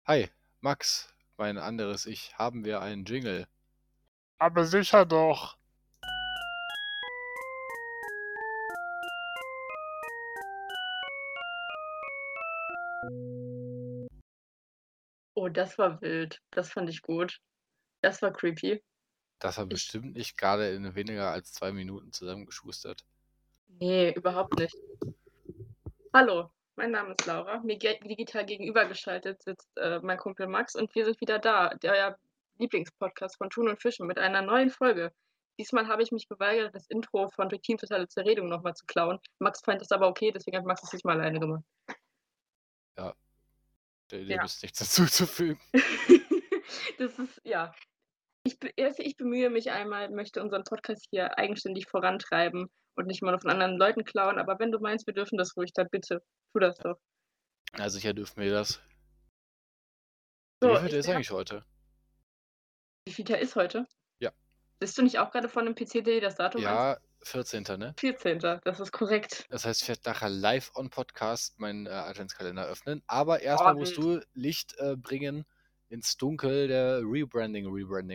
Hi, Max, mein anderes Ich, haben wir einen Jingle? Aber sicher doch. Oh, das war wild. Das fand ich gut. Das war creepy. Das war Ich bestimmt nicht gerade in weniger als 2 Minuten zusammengeschustert. Ne, überhaupt nicht. Hallo, mein Name ist Laura. Mir digital gegenübergeschaltet sitzt, mein Kumpel Max und wir sind wieder da, euer Lieblingspodcast von Thun und Fischen mit einer neuen Folge. Diesmal habe ich mich geweigert, das Intro von Team Totale Zerredung noch mal zu klauen. Max fand das aber okay, deswegen hat Max es diesmal alleine gemacht. Ja, dem Ja. ist nichts hinzuzufügen. Das ist ja. Ich bemühe mich einmal, möchte unseren Podcast hier eigenständig vorantreiben und nicht mal von anderen Leuten klauen, aber wenn du meinst, wir dürfen das ruhig, dann bitte, tu das doch. Ja, sicher dürfen wir das. So, Wie viel ist eigentlich heute? wie viel der ist heute? Ja. Bist du nicht auch gerade von dem PC.de das Datum an? Ja, 14., ne? 14. Das ist korrekt. Das heißt, ich werde nachher live on Podcast meinen Adventskalender öffnen. Aber Oh, erstmal musst wild. du Licht bringen ins Dunkel der Rebranding.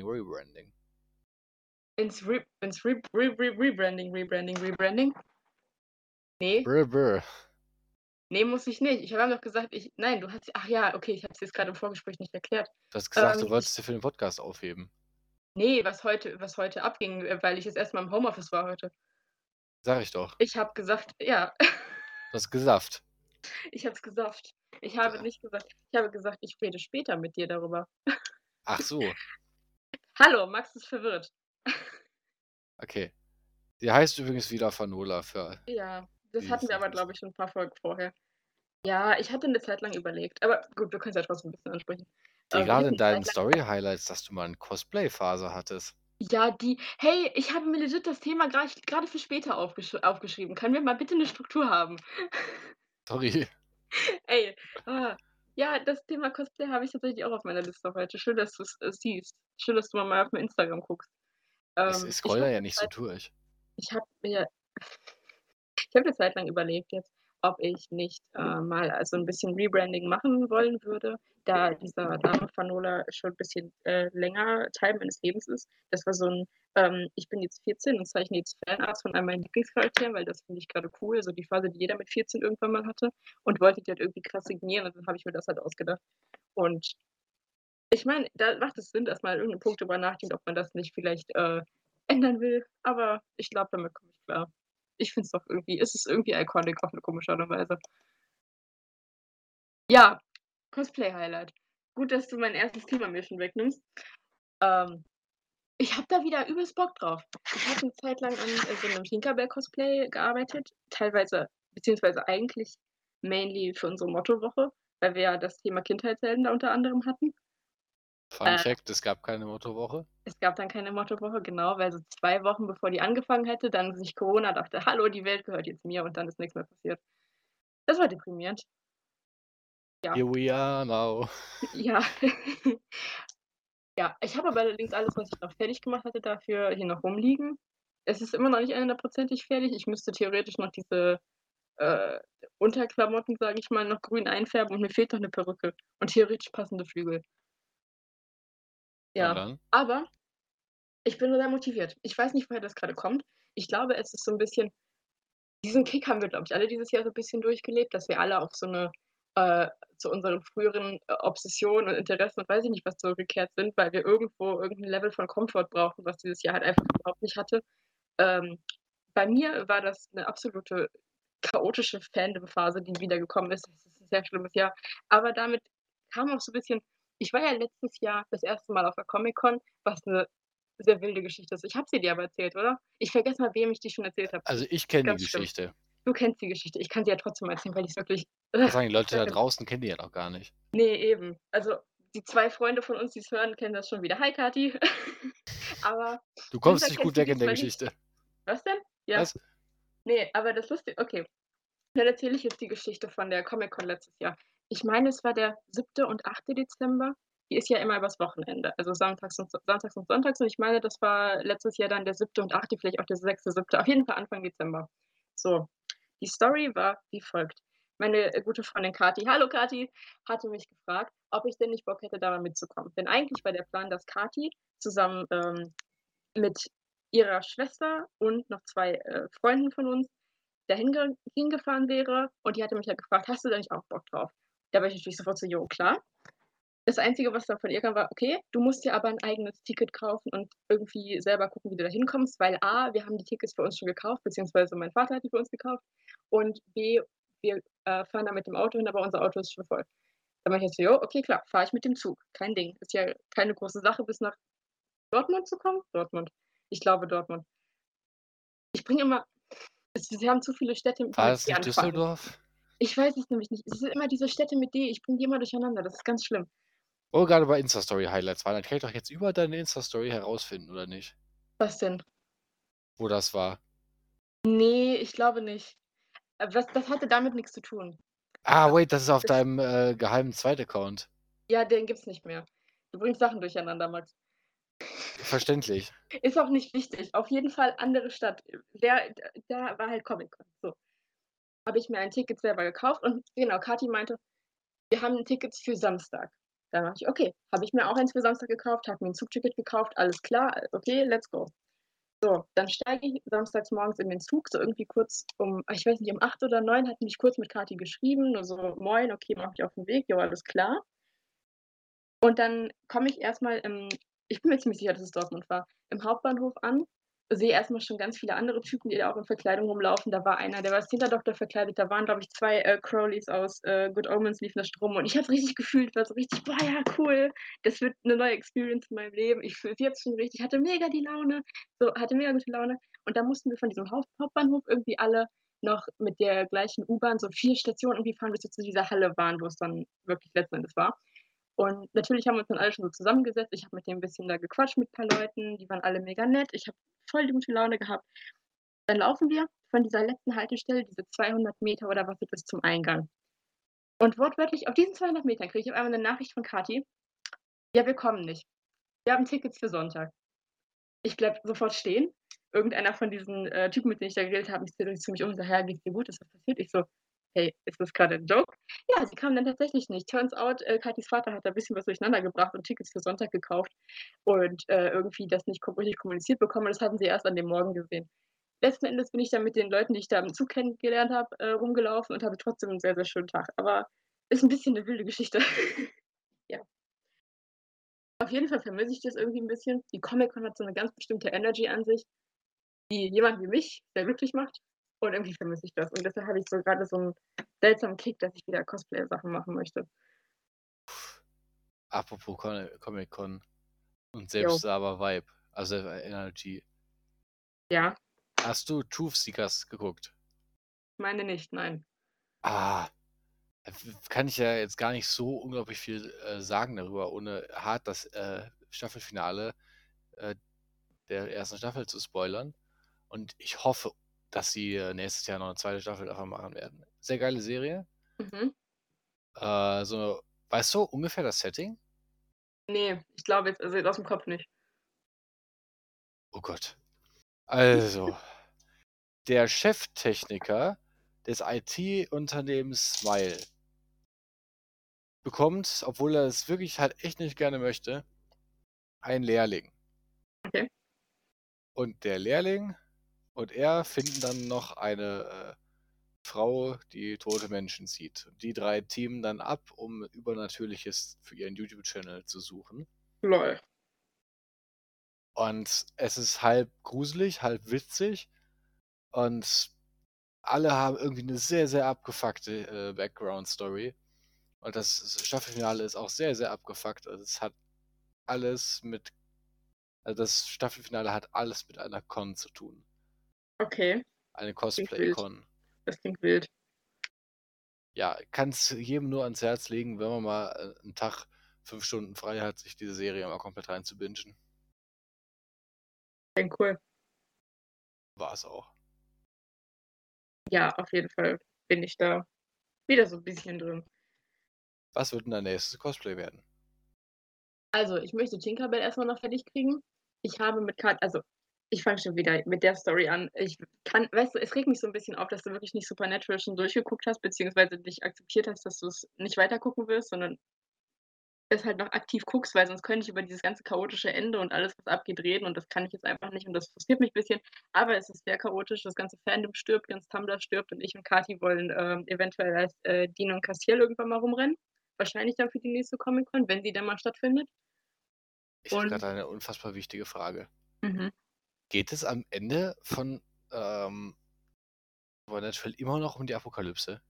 Rebranding? Nee, Brr. nee, muss ich nicht. Ich habe doch gesagt, nein, du hast, ach ja, okay, ich habe es jetzt gerade im Vorgespräch nicht erklärt. Du hast gesagt, du Ich, wolltest dir für den Podcast aufheben. nee, was heute abging, weil ich jetzt erstmal im Homeoffice war heute. Sag ich doch. Ich habe gesagt, ja. Du hast gesagt. Ich habe es gesagt. Ich habe nicht gesagt, ich habe gesagt, ich rede später mit dir darüber. Ach so, Hallo, Max ist verwirrt. okay. Die heißt übrigens wieder Fanola für Ja, das die hatten es wir nicht aber, wissen. glaube ich, schon 'n paar Folgen vorher. Ja, ich hatte 'ne Zeit lang überlegt, aber gut, wir können's ja trotzdem 'n bisschen ansprechen. Dir Wir gerade hatten in 'ne deinen Zeit lang Story-Highlights, dass du mal 'ne Cosplay-Phase hattest. ja, hey, ich habe mir legit das Thema grade für später aufgeschrieben. Können wir mal bitte 'ne Struktur haben? Sorry. Ey, ja, das Thema Cosplay habe ich tatsächlich auch auf meiner Liste heute. Schön, dass du's, siehst. Schön, dass du mal auf mein Instagram guckst. Ich Ich scrolle da habe ja 'ne nicht so Zeit durch. ich habe mir Ich habe 'ne Zeit lang überlegt jetzt, ob ich nicht, mal so 'n bisschen Rebranding machen wollen würde, da dieser Name Fanola schon 'n bisschen, länger Teil meines Lebens ist. Das war so 'n ich bin jetzt 14 und zeichne jetzt Fanarts von einem meiner Lieblingscharakteren, weil das finde ich grade cool, so die Phase, die jeder mit 14 irgendwann mal hatte und wollte die halt irgendwie krass signieren und dann habe ich mir das halt ausgedacht. Und ich meine, da macht es Sinn, dass man an irgend 'nem Punkt drüber nachdenkt, ob man das nicht vielleicht, ändern will, aber ich glaube, damit komme ich klar. Ich finde es ist irgendwie iconic auf 'ne komische Art und Weise. Ja, Cosplay-Highlight. Gut, dass du mein erstes Thema mir schon wegnimmst. Ähm, Ich habe da wieder übelst Bock drauf. Ich habe 'ne Zeit lang an, so 'nem Tinkerbell-Cosplay gearbeitet, teilweise beziehungsweise eigentlich mainly für unsere Mottowoche, weil wir ja das Thema Kindheitshelden da unter anderem hatten. Fun Äh Fact: Es gab keine Mottowoche. Es gab dann keine Mottowoche, genau, weil so 2 Wochen bevor die angefangen hätte, dann sich Corona dachte: „Hallo, die Welt gehört jetzt mir“ und dann ist nix mehr passiert. Das war deprimierend. Ja, Here we are now. ja. Ja, ich habe aber allerdings alles, was ich noch fertig gemacht hatte, dafür hier noch rumliegen. Es ist immer noch nicht 100%ig fertig. Ich müsste theoretisch noch diese, äh, Unterklamotten, sage ich mal, noch grün einfärben und mir fehlt noch 'ne Perücke und theoretisch passende Flügel. Und Ja, dann? aber ich bin sehr motiviert. Ich weiß nicht, woher das grade kommt. Ich glaube, es ist so 'n bisschen diesen Kick haben wir, glaube ich, alle dieses Jahr so 'n bisschen durchgelebt, dass wir alle auf so 'ne äh, zu unseren früheren, Obsessionen und Interessen und weiß ich nicht was zurückgekehrt sind, weil wir irgendwo irgend 'n Level von Komfort brauchten, was dieses Jahr halt einfach überhaupt nicht hatte. Ähm, Bei mir war das 'ne absolute chaotische Fandom-Phase, die wiedergekommen ist. Es ist 'n sehr schlimmes Jahr. Aber damit kam auch so bisschen ich war ja letztes Jahr das erste Mal auf der Comic-Con, was 'ne sehr wilde Geschichte ist. Ich habe sie dir aber erzählt, oder? Ich vergesse mal, wem ich die schon erzählt habe. Das Also, ist ich kenne die ganz schlimm. Geschichte. Du kennst die Geschichte. Ich kann sie ja trotzdem erzählen, weil ich's wirklich Ich wollte sagen, die Leute da schrecklich draußen kennen die ja noch gar nicht. ne, eben. Also, die 2 Freunde von uns, die's hören, kennen das schon wieder. Hi Kathi. Aber Du kommst Lisa nicht kennt gut sie weg in der diesmal nicht. Geschichte. Was denn? Ja. Was? Ne, aber das Lustige okay, dann erzähle ich jetzt die Geschichte von der Comic-Con letztes Jahr. Ich meine, es war der 7. und 8. Dezember. Die ist ja immer übers Wochenende, also samstags und sonntags und ich meine, das war letztes Jahr dann der 7. und 8., vielleicht auch der 6., 7., auf jeden Fall Anfang Dezember. So, die Story war wie folgt: meine gute Freundin Kathi, hallo Kathi, hatte mich gefragt, ob ich denn nicht Bock hätte, da mal mitzukommen. Denn eigentlich war der Plan, dass Kathi zusammen, mit ihrer Schwester und noch 2 Freunden von uns hingefahren wäre und die hatte mich halt gefragt: „Hast du da nicht auch Bock drauf?“ Da war ich natürlich sofort so: „Jo, klar.“ Das Einzige, was dann von ihr kam, war: „Okay, du musst dir aber 'n eigenes Ticket kaufen und irgendwie selber gucken, wie du da hinkommst, weil A, wir haben die Tickets für uns schon gekauft, beziehungsweise mein Vater hat die für uns gekauft und B, wir, fahren da mit dem Auto hin, aber unser Auto ist schon voll.“ Da meinte ich so: „Jo, okay, klar, fahre ich mit dem Zug, kein Ding. Ist ja keine große Sache, bis nach Dortmund zu kommen?“ Dortmund. Ich glaube Dortmund. Ich bringe immer sie haben zu viele Städte, die War mit das D nicht anfangen. Düsseldorf? Ich weiß es nämlich nicht. Es sind immer diese Städte mit D, ich bringe die immer durcheinander, das ist ganz schlimm. Wo wir gerade bei Insta-Story-Highlights waren, dann kann ich doch jetzt über deine Insta-Story herausfinden, oder nicht? Was denn? Wo das war. Ne, ich glaube nicht. Das hatte damit nix zu tun. Ah, wait, das ist auf Das deinem, geheimen Zweit-Account. Ja, den gibt's nicht mehr. Du bringst Sachen durcheinander, Max. Verständlich. Ist auch nicht wichtig. Auf jeden Fall andere Stadt. Da war halt Comic-Con, so. Habe ich mir ein Ticket selber gekauft und genau, Kathi meinte: „Wir haben Tickets für Samstag.“ Dann meinte ich: „Okay.“ Habe ich mir auch eins für Samstag gekauft, habe mir 'n Zugticket gekauft, alles klar, okay, let's go. So, dann steige ich samstags morgens in den Zug, so irgendwie kurz ich weiß nicht, um 8 oder 9 hatte ich kurz mit Kathi geschrieben, nur so: „Moin, okay, mache mich auf 'n Weg, jo, alles klar.“ Und dann komme ich erst mal ich bin mir ziemlich sicher, dass es Dortmund war, im Hauptbahnhof an, sehe erst mal schon ganz viele andere Typen, die da auch in Verkleidung rumlaufen. Da war einer, der war als Hinterdoktor verkleidet, da waren, glaube ich, 2 Crowleys aus, Good Omens liefen da rum und ich habe es richtig gefühlt, war so richtig: „Boah, ja, cool, das wird 'ne neue Experience in meinem Leben.“ Ich fühle es jetzt schon richtig, hatte mega die Laune, so, hatte mega gute Laune. Und dann mussten wir von diesem Hauptbahnhof irgendwie alle noch mit der gleichen U-Bahn so 4 Stationen irgendwie fahren, bis wir zu dieser Halle waren, wo es dann wirklich letzten Endes war. Und natürlich haben wir uns dann alle schon so zusammengesetzt. Ich habe mit denen 'n bisschen da gequatscht mit paar Leuten, die waren alle mega nett. Ich habe voll die gute Laune gehabt. Dann laufen wir von dieser letzten Haltestelle, diese 200 Meter oder was ist das, zum Eingang. Und wortwörtlich auf diesen 200 Metern kriege ich auf einmal 'ne Nachricht von Kathi: „Ja, wir kommen nicht. Wir haben Tickets für Sonntag.“ Ich bleibe sofort stehen. Irgendeiner von diesen, Typen, mit denen ich da geredet habe, dreht sich zu mich um und sagt: „Ja, geht's dir gut? Ist was passiert?“ Ich so: „Hey, ist das grade 'n Joke?“ Ja, sie kamen dann tatsächlich nicht. Turns out, Kathis Vater hat da bisschen was durcheinander gebracht und Tickets für Sonntag gekauft und, irgendwie das nicht richtig kommuniziert bekommen und das hatten sie erst an dem Morgen gesehen. Letzten Endes bin ich dann mit den Leuten, die ich da im Zug kennengelernt habe, rumgelaufen und hatte trotzdem 'n sehr, sehr schönen Tag. Aber ist 'n bisschen 'ne wilde Geschichte. Ja. Auf jeden Fall vermisse ich das irgendwie 'n bisschen. Die Comic-Con hat so 'ne ganz bestimmte Energy an sich, die jemanden wie mich sehr glücklich macht und irgendwie vermisse ich das. Und deshalb habe ich so grade so 'n seltsamen Kick, dass ich wieder Cosplay-Sachen machen möchte. Apropos Comic-Con und Jo. Selbstsaber Vibe, also Energy. Ja, Hast du Truth Seekers geguckt? meine nicht, nein. Ah, kann ich ja jetzt gar nicht so unglaublich viel, sagen darüber, ohne hart das, Staffelfinale, äh, der ersten Staffel zu spoilern. Und ich hoffe, dass sie, nächstes Jahr noch 'ne zweite Staffel davon machen werden. Sehr geile Serie. Mhm. So weißt du ungefähr das Setting? Ne, ich glaube jetzt aus'm Kopf nicht. Oh Gott. Also, der Cheftechniker des IT-Unternehmens Smile bekommt, obwohl er es wirklich halt echt nicht gerne möchte, einen Lehrling. Okay. Und der Lehrling und er finden dann noch eine, Frau, die tote Menschen sieht. Die 3 teamen dann ab, um Übernatürliches für ihren YouTube-Channel zu suchen. Lol. Und es ist halb gruselig, halb witzig und alle haben irgendwie 'ne sehr, sehr abgefuckte, Background-Story. Und das Staffelfinale ist auch sehr, sehr abgefuckt. Also, es hat alles mit das Staffelfinale hat alles mit einer Con zu tun. Okay, Eine klingt wild. Cosplay-Con. Das klingt wild. Ja, kann's jedem nur ans Herz legen, wenn man mal, 'n Tag 5 Stunden frei hat, sich diese Serie mal komplett reinzubingen. Klingt cool. War's auch. Ja, auf jeden Fall bin ich da wieder so 'n bisschen drin. Was wird 'n dein nächstes Cosplay werden? Also, ich möchte Tinker Bell erst mal noch fertig kriegen. Ich habe mit Kat also Ich fange schon wieder mit der Story an. Weißt du, es regt mich so 'n bisschen auf, dass du wirklich nicht Supernatural schon durchgeguckt hast, beziehungsweise dich akzeptiert hast, dass du's nicht weitergucken wirst, sondern es halt noch aktiv guckst, weil sonst könnte ich über dieses ganze chaotische Ende und alles, was abgeht, reden und das kann ich jetzt einfach nicht und das frustriert mich bisschen. Aber es ist sehr chaotisch, das ganze Fandom stirbt, ganz Tumblr stirbt und ich und Kathi wollen, eventuell als, Dean und Castiel irgendwann mal rumrennen. Wahrscheinlich dann für die nächste Comic-Con, wenn sie denn mal stattfindet. Ich habe Und gerade eine unfassbar wichtige Frage. mhm. Geht es am Ende von Supernatural immer noch um die Apokalypse?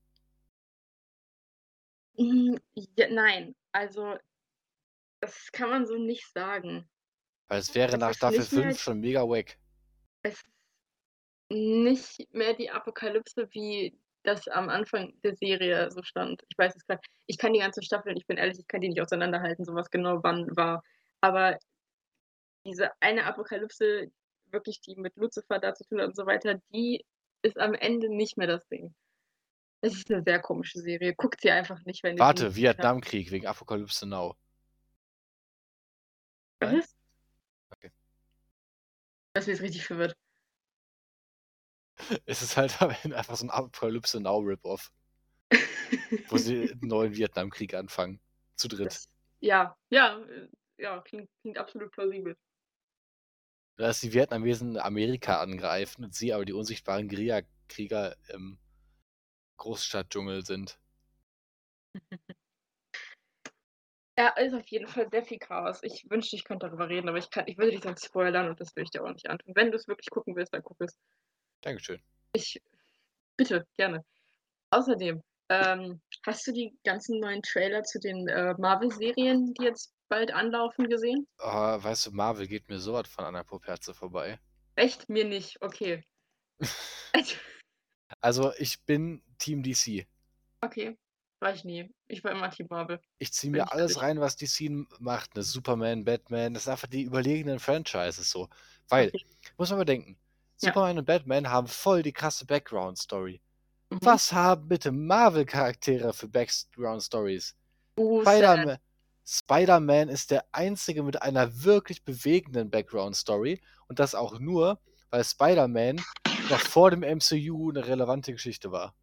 Ja, nein. Also, das kann man so nicht sagen. Weil es wäre Es nach ist Staffel nicht mehr 5 schon mega wack. es ist nicht mehr die Apokalypse, wie das am Anfang der Serie so stand. Ich kann die ganze Staffel ich bin ehrlich, ich kann die nicht auseinanderhalten, so was genau wann war. Aber diese eine Apokalypse, wirklich die mit Lucifer da zu tun hat und so weiter, die ist am Ende nicht mehr das Ding. Es ist 'ne sehr komische Serie. Guckt sie einfach nicht, wenn ihr sie Warte, nicht gesehen habt. Vietnamkrieg wegen Apokalypse Now. Nein? Was? Okay. Du hast mich jetzt richtig verwirrt. Es ist halt am Ende einfach so 'n Apokalypse Now Rip-Off, wo sie 'n neuen Vietnamkrieg anfangen, zu dritt. Ja, klingt absolut plausibel. Dass die Vietnamesen Amerika angreifen und sie aber die unsichtbaren Guerillakrieger im Großstadtdschungel sind. Ja, ist auf jeden Fall sehr viel Chaos. Ich wünschte, ich könnte darüber reden, aber ich würde dich sonst spoilern und das will ich dir auch nicht antun. Wenn du's wirklich gucken willst, dann guck es. Dankeschön. Bitte, gerne. Außerdem, hast du die ganzen neuen Trailer zu den, Marvel-Serien, die jetzt bald anlaufen, gesehen? Weißt du, Marvel geht mir so was von an der Popherze vorbei. Echt? Mir nicht, okay. Also, ich bin Team DC. Okay, war ich nie. Ich war immer Team Marvel, Ich ziehe bin mir ich alles ehrlich. rein, was DC macht, ne? Superman, Batman, das sind einfach die überlegenen Franchises so. Weil, Okay, muss man bedenken, ja. Superman und Batman haben voll die krasse Background-Story. Mhm. Was haben bitte Marvel-Charaktere für Background-Stories? Sad. Spider-Man ist der einzige mit einer wirklich bewegenden Background-Story und das auch nur, weil Spider-Man noch vor dem MCU 'ne relevante Geschichte war.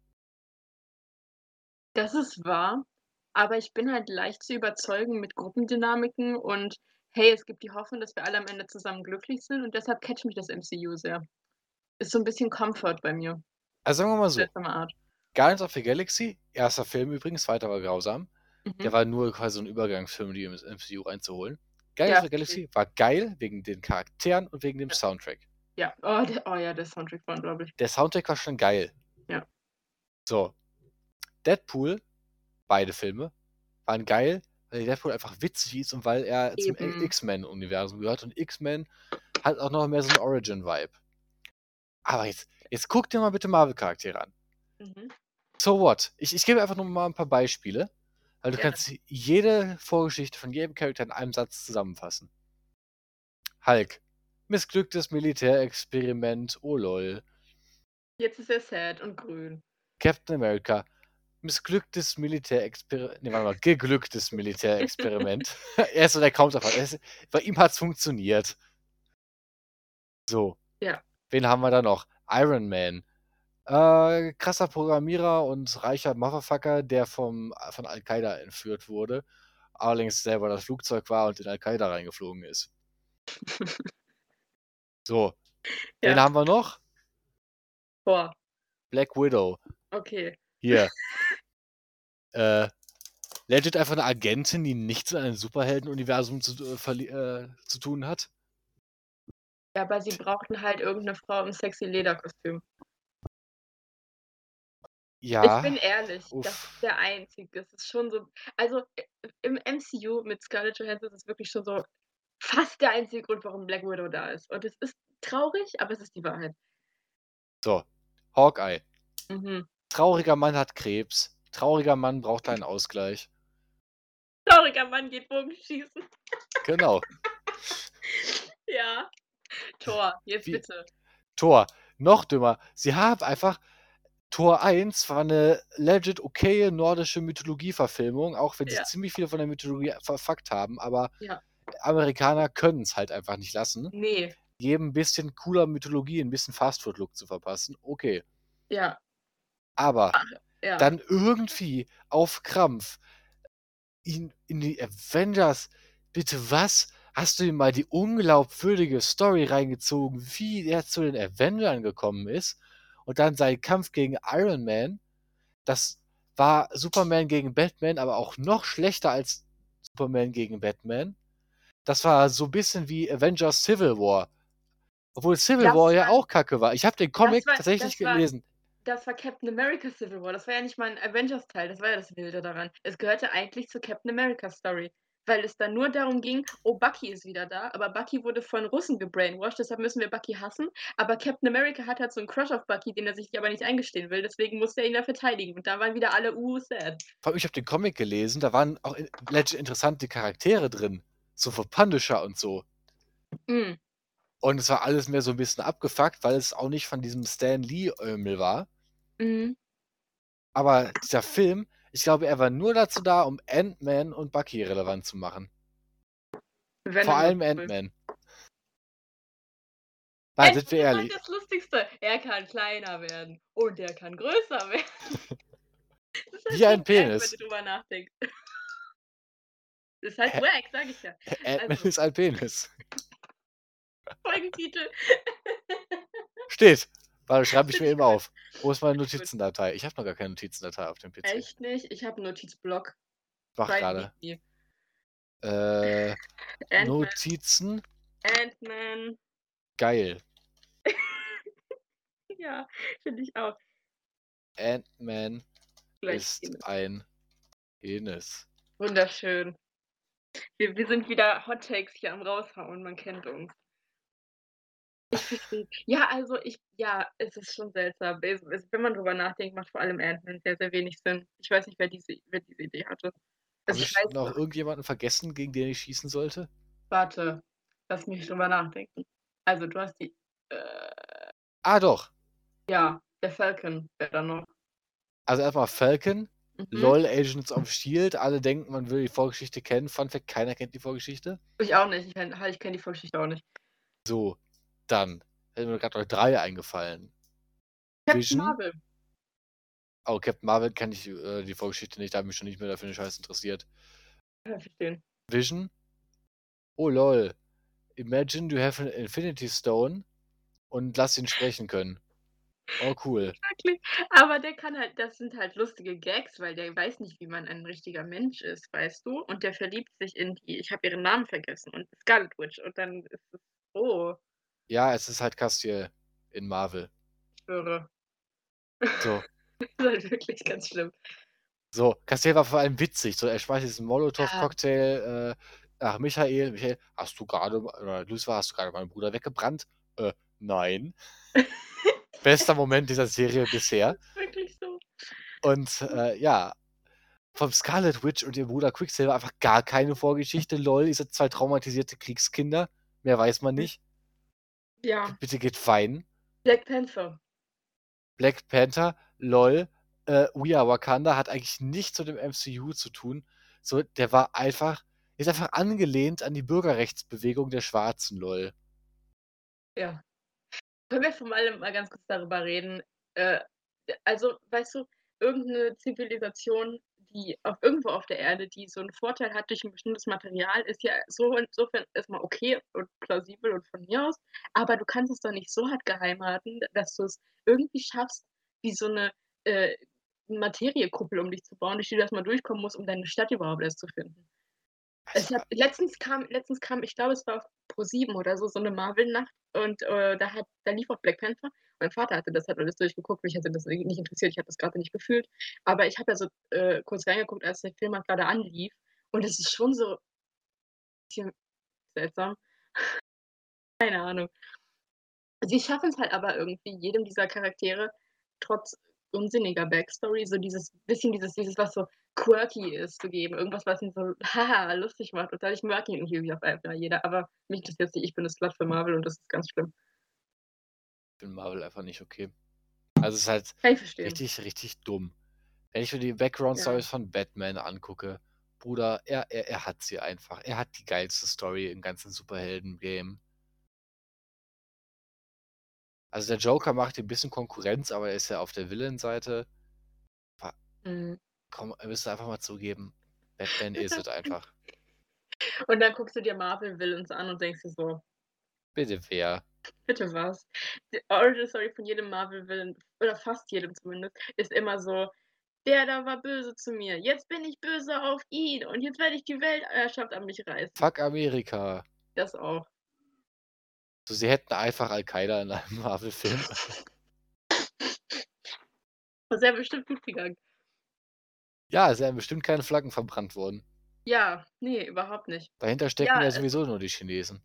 Das ist wahr, aber ich bin halt leicht zu überzeugen mit Gruppendynamiken und, hey, es gibt die Hoffnung, dass wir alle am Ende zusammen glücklich sind und deshalb catcht mich das MCU sehr. Ist so 'n bisschen Comfort bei mir, Also, sagen wir mal auf so, seltsame Art. Guardians of the Galaxy, erster Film übrigens, zweiter war grausam. Der Mhm. war nur quasi so 'n Übergangsfilm, um die ins MCU reinzuholen. Guardians Ja, of the verstehe ich. Galaxy war geil wegen den Charakteren und wegen dem Ja. Soundtrack. Ja. Oh ja, der Soundtrack war unglaublich. Der Soundtrack war schon geil. Ja. So, Deadpool, beide Filme, waren geil, weil Deadpool einfach witzig ist und weil er zum Eben. X-Men-Universum gehört und X-Men hat auch noch mehr so 'n Origin-Vibe. Aber jetzt guck dir mal bitte Marvel-Charaktere an. Mhm. So what? Ich gebe einfach nur mal 'n paar Beispiele, weil du Gerne. kannst jede Vorgeschichte von jedem Charakter in einem Satz zusammenfassen. Hulk: Missglücktes Militärexperiment, oh lol. Jetzt ist er sad und grün. Captain America: Missglücktes geglücktes Militärexperiment. Er ist so der Counterpart. Bei ihm hat's funktioniert. So, Ja. wen haben wir da noch? Iron Man: krasser Programmierer und reicher Motherfucker, der von Al-Qaida entführt wurde, allerdings selber das Flugzeug war und in Al-Qaida reingeflogen ist. So, wen Ja. haben wir noch? Boah, Black Widow. okay. Hier, legit einfach 'ne Agentin, die nichts mit einem Superheldenuniversum zu tun hat. Ja, aber sie brauchten halt irgend 'ne Frau im sexy Lederkostüm. Ich bin Ja, ehrlich, das ist uff. der einzige. Es ist schon so also, im MCU mit Scarlett Johansson ist es wirklich schon so fast der einzige Grund, warum Black Widow da ist. Und es ist traurig, aber es ist die Wahrheit. So, Hawkeye: Mhm. trauriger Mann hat Krebs, trauriger Mann braucht einen Ausgleich. Trauriger Mann geht Bogenschießen. Genau. Ja. Thor, jetzt Wie bitte. Thor, noch dümmer. Sie haben einfach Thor 1 war 'ne legit okaye nordische Mythologie-Verfilmung, auch wenn sie Ja, ziemlich viel von der Mythologie verfuckt haben, aber ja. Amerikaner können's halt einfach nicht lassen. Ne. jedem ein bisschen cooler Mythologie, ein bisschen Fastfood-Look zu verpassen. Okay. Ja, Aber ja. dann irgendwie auf Krampf ihn in die Avengers. Bitte was? Hast du ihm mal die unglaubwürdige Story reingezogen, wie er zu den Avengers gekommen ist? Und dann sein Kampf gegen Iron Man. Das war Superman gegen Batman, aber auch noch schlechter als Superman gegen Batman. Das war so ein bisschen wie Avengers Civil War. Obwohl Civil Das War ja war, auch kacke war. Ich habe den das Comic war, tatsächlich das war, gelesen. das war Captain America Civil War. Das war ja nicht mal ein Avengers-Teil. Das war ja das Wilde daran. Es gehörte eigentlich zur Captain America Story. Weil es dann nur darum ging, oh, Bucky ist wieder da, aber Bucky wurde von Russen gebrainwashed, deshalb müssen wir Bucky hassen. Aber Captain America hat halt so einen Crush auf Bucky, den er sich aber nicht eingestehen will, deswegen musste er ihn da verteidigen. Und da waren wieder alle, sad. Vor allem, ich habe den Comic gelesen, da waren auch legit interessante Charaktere drin. So für Punisher und so. Mm. Und es war alles mehr so ein bisschen abgefuckt, weil es auch nicht von diesem Stan Lee-Ömel war. Mhm. Aber dieser Film, ich glaube, er war nur dazu da, um Ant-Man und Bucky relevant zu machen. Wenn Vor er allem noch will. Ant-Man. Nein, sind wir Ant-Man ist ehrlich. halt das Lustigste. Er kann kleiner werden und er kann größer werden. Das ist halt Wie ein wack, Penis. wenn du drüber nachdenkst. Das ist halt Hä? wack, sag ich ja. Ant-Man Also, ist ein Penis. Folgentitel. Steht. Warte, schreibe ich Find mir ich eben gut. auf. Wo ist meine Find ich gut. Notizendatei? Ich habe noch gar keine Notizendatei auf dem PC. Echt nicht? Ich habe einen Notizblock. Mach Bei gerade. Niki. Ant-Man. Notizen. Ant-Man. Geil. Ja, finde ich auch. Ant-Man Gleich ist Penis. ein Penis. Wunderschön. Wir sind wieder Hot Takes hier am raushauen, man kennt uns. Ich verstehe. Ja, also es ist schon seltsam. Wenn man drüber nachdenkt, macht vor allem Ant-Man sehr, sehr wenig Sinn. Ich weiß nicht, wer diese Idee hatte. Also Habe ich ich weiß noch irgendjemanden vergessen, gegen den ich schießen sollte? warte, lass mich drüber nachdenken. Also du hast Ah, doch. ja, der Falcon wäre da noch. Also erstmal Falcon, Mhm. LOL Agents of S.H.I.E.L.D. Alle denken, man will die Vorgeschichte kennen. Fun Fact, keiner kennt die Vorgeschichte. Ich auch nicht. Ich kenn die Vorgeschichte auch nicht. So, dann. Hätten mir gerade noch 3 eingefallen. Captain Vision. Marvel. Oh, Captain Marvel kenne ich die Vorgeschichte nicht, da habe ich mich schon nicht mehr dafür den Scheiß interessiert. Kann ich verstehen. Vision. Oh lol. Imagine you have an Infinity Stone und lass ihn sprechen können. Oh cool. Wirklich. Aber der kann halt, das sind halt lustige Gags, weil der weiß nicht, wie man ein richtiger Mensch ist, weißt du? Und der verliebt sich in die, ich habe ihren Namen vergessen, und Scarlet Witch. Und dann ist es, oh, Ja, es ist halt Castiel in Marvel. ich schwöre. So. Das ist halt wirklich ganz schlimm. So, Castiel war vor allem witzig. So, er schmeißt diesen Ja. Molotow-Cocktail nach Michael. Michael, oder Lucifer, hast du gerade meinen Bruder weggebrannt? Nein. Bester Moment dieser Serie bisher. Das ist wirklich so. Und ja, vom Scarlet Witch und ihrem Bruder Quicksilver einfach gar keine Vorgeschichte. Lol, ihr seid 2 traumatisierte Kriegskinder. Mehr weiß man nicht. Ja, Bitte geht weinen. Black Panther. Black Panther, lol, We Are Wakanda hat eigentlich nichts mit dem MCU zu tun. So, der war einfach, ist einfach angelehnt an die Bürgerrechtsbewegung der Schwarzen, lol. Ja. Können wir vor allem mal ganz kurz darüber reden? Äh, also, weißt du, irgendeine Zivilisation, die irgendwo auf der Erde, die so einen Vorteil hat durch ein bestimmtes Material, ist ja so insofern erstmal okay und plausibel und von mir aus, aber du kannst es doch nicht so hart geheim halten, dass du es irgendwie schaffst, wie so eine äh, Materiekuppel um dich zu bauen, durch die du erst mal durchkommen musst, um deine Stadt überhaupt erst zu finden. Also, Letztens kam, ich glaube, es war auf Pro7 oder so eine Marvel-Nacht, und da lief auch Black Panther. Mein Vater hatte das halt alles durchgeguckt, mich hätte das nicht interessiert, ich habe das gerade nicht gefühlt. Aber ich habe ja so kurz reingeguckt, als der Film halt gerade anlief, und es ist schon so ein bisschen seltsam. Keine Ahnung. Sie schaffen es halt aber irgendwie, jedem dieser Charaktere trotz unsinniger Backstory so dieses, was so quirky ist, zu geben. Irgendwas, was ihn so, haha, lustig macht. Und dadurch mag ihn irgendwie auf einmal jeder. Aber mich interessiert nicht, ich bin das Slut für Marvel, und das ist ganz schlimm. ich finde Marvel einfach nicht okay. Also, es ist halt Kann ich verstehen. richtig, richtig dumm. Wenn ich mir die Ja. Background-Stories von Batman angucke, Bruder, er hat sie einfach. Er hat die geilste Story im ganzen Superhelden-Game. Also der Joker macht ihm ein bisschen Konkurrenz, aber er ist ja auf der Villain-Seite. Mhm. Komm, müsst ihr einfach mal zugeben. Batman ist es einfach. Und dann guckst du dir Marvel-Villains an und denkst dir so, Bitte wer? bitte was? Die Origin Story von jedem Marvel-Villain, oder fast jedem zumindest, ist immer so, der da war böse zu mir, jetzt bin ich böse auf ihn und jetzt werde ich die Weltherrschaft an mich reißen. Fuck Amerika. Das auch. So, sie hätten einfach Al-Qaida in einem Marvel-Film. Das wäre bestimmt gut gegangen. Ja, es wären bestimmt keine Flaggen verbrannt worden. Ja, nee, überhaupt nicht. Dahinter stecken Ja, ja sowieso nur die Chinesen.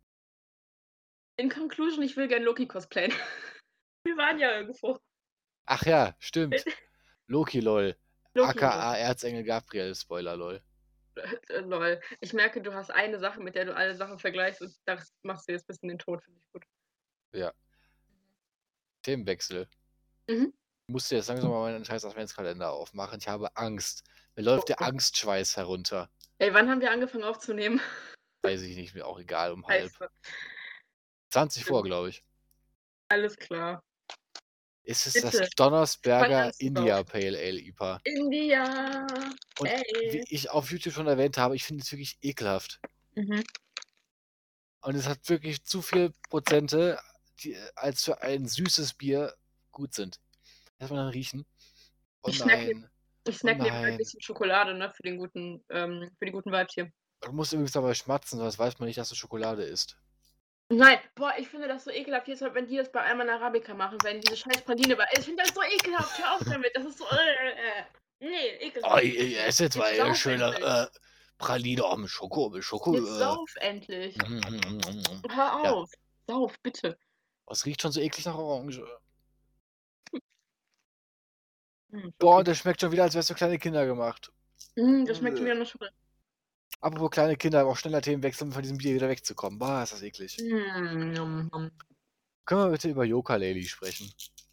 In conclusion, ich will gern Loki cosplayen. Wir waren ja irgendwo. Ach ja, stimmt. Loki, lol. Loki, AKA Erzengel Gabriel, Spoiler, lol. lol. Ich merke, du hast eine Sache, mit der du alle Sachen vergleichst und das machst du jetzt ein bisschen den Tod, finde ich gut. Ja. Themenwechsel. Mhm. Ich musste jetzt langsam mal meinen scheiß Adventskalender aufmachen. Ich habe Angst. Mir läuft der Angstschweiß herunter. Ey, wann haben wir angefangen aufzunehmen? Weiß ich nicht, mir auch egal, um halb. Scheiße. 20 vor, glaube ich. Alles klar. Ist es Bitte. das Donnersberger Fang an zu India rauchen. Pale Ale IPA? India. Und wie Ey. ich auf YouTube schon erwähnt habe, ich finde es wirklich ekelhaft. Mhm. Und es hat wirklich zu viel Prozente, die als für ein süßes Bier gut sind. Lass mal dann riechen. Oh Ich snack nein. nebenbei ein nein. bisschen Schokolade, ne, für die guten Vibes hier. Du musst übrigens dabei schmatzen, sonst weiß man nicht, dass es Schokolade ist. Nein, boah, ich finde das so ekelhaft, jedes Mal, wenn die das bei Alman Arabica machen, wenn diese scheiß Praline ich finde das so ekelhaft, hör auf damit, das ist so, nee, ekelhaft. Oh, ich esse jetzt mal eine sauf schöne endlich. Praline mit Schoko. Jetzt sauf endlich. Hör Ja. auf, sauf, bitte. Es riecht schon so eklig nach Orange. Okay. Boah, das schmeckt schon wieder, als wär's für kleine Kinder gemacht. Das schmeckt schon wieder nach Schokolade. Apropos kleine Kinder, auch schneller Themenwechsel, um von diesem Bier wieder wegzukommen. Boah, ist das eklig. Nom, nom. Können wir bitte über Yooka-Laylee sprechen?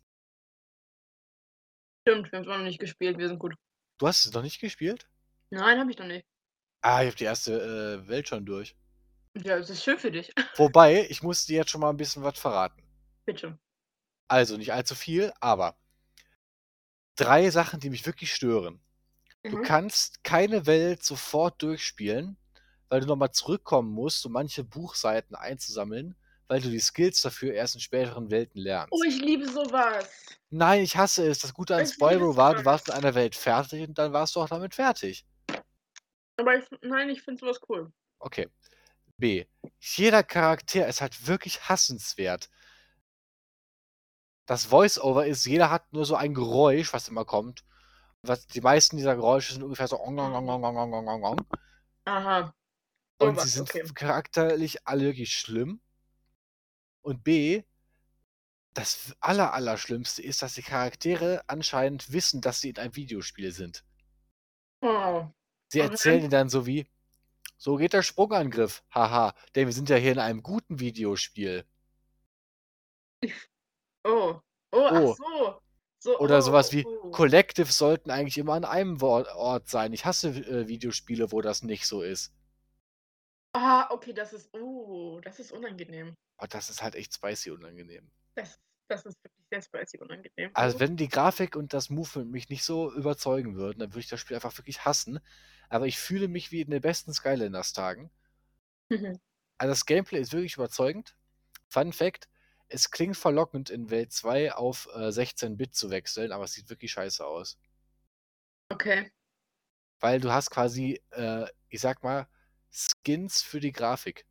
Stimmt, wir haben es auch noch nicht gespielt, wir sind gut. Du hast es noch nicht gespielt? Nein, habe ich noch nicht. Ah, ich habe die erste Welt schon durch. Ja, es ist schön für dich. Wobei, ich muss dir jetzt schon mal ein bisschen was verraten. Bitte. Also, nicht allzu viel, aber 3 Sachen, die mich wirklich stören. Du kannst keine Welt sofort durchspielen, weil du nochmal zurückkommen musst, um manche Buchseiten einzusammeln, weil du die Skills dafür erst in späteren Welten lernst. Oh, ich liebe sowas. Nein, ich hasse es. Das Gute an Ich Spyro liebe war, du sowas. warst mit einer Welt fertig und dann warst du auch damit fertig. Aber ich finde sowas cool. Okay. B. Jeder Charakter ist halt wirklich hassenswert. Das Voice-Over ist, jeder hat nur so ein Geräusch, was immer kommt. Die meisten dieser Geräusche sind ungefähr so ong, ong, ong, ong, ong, ong, ong, ong. Aha. Und sie Sowas, sind okay. charakterlich alle wirklich schlimm. Und B, das Allerschlimmste ist, dass die Charaktere anscheinend wissen, dass sie in einem Videospiel sind. Oh. Sie erzählen dir dann so wie, so geht der Sprungangriff. Haha, denn wir sind ja hier in einem guten Videospiel. Oh. Oh, ach Oh. so. So, Oder sowas oh, wie, oh. Collective sollten eigentlich immer an einem Ort sein. Ich hasse Videospiele, wo das nicht so ist. Ah, okay, das ist unangenehm. Aber das ist halt echt spicy unangenehm. Das ist wirklich sehr spicy unangenehm. Also wenn die Grafik und das Movement mich nicht so überzeugen würden, dann würde ich das Spiel einfach wirklich hassen. Aber ich fühle mich wie in den besten Skylanders-Tagen. Mhm. Also das Gameplay ist wirklich überzeugend. Fun Fact, es klingt verlockend in Welt 2 auf 16-Bit zu wechseln, aber es sieht wirklich scheiße aus. Okay. Weil du hast quasi, ich sag mal, Skins für die Grafik.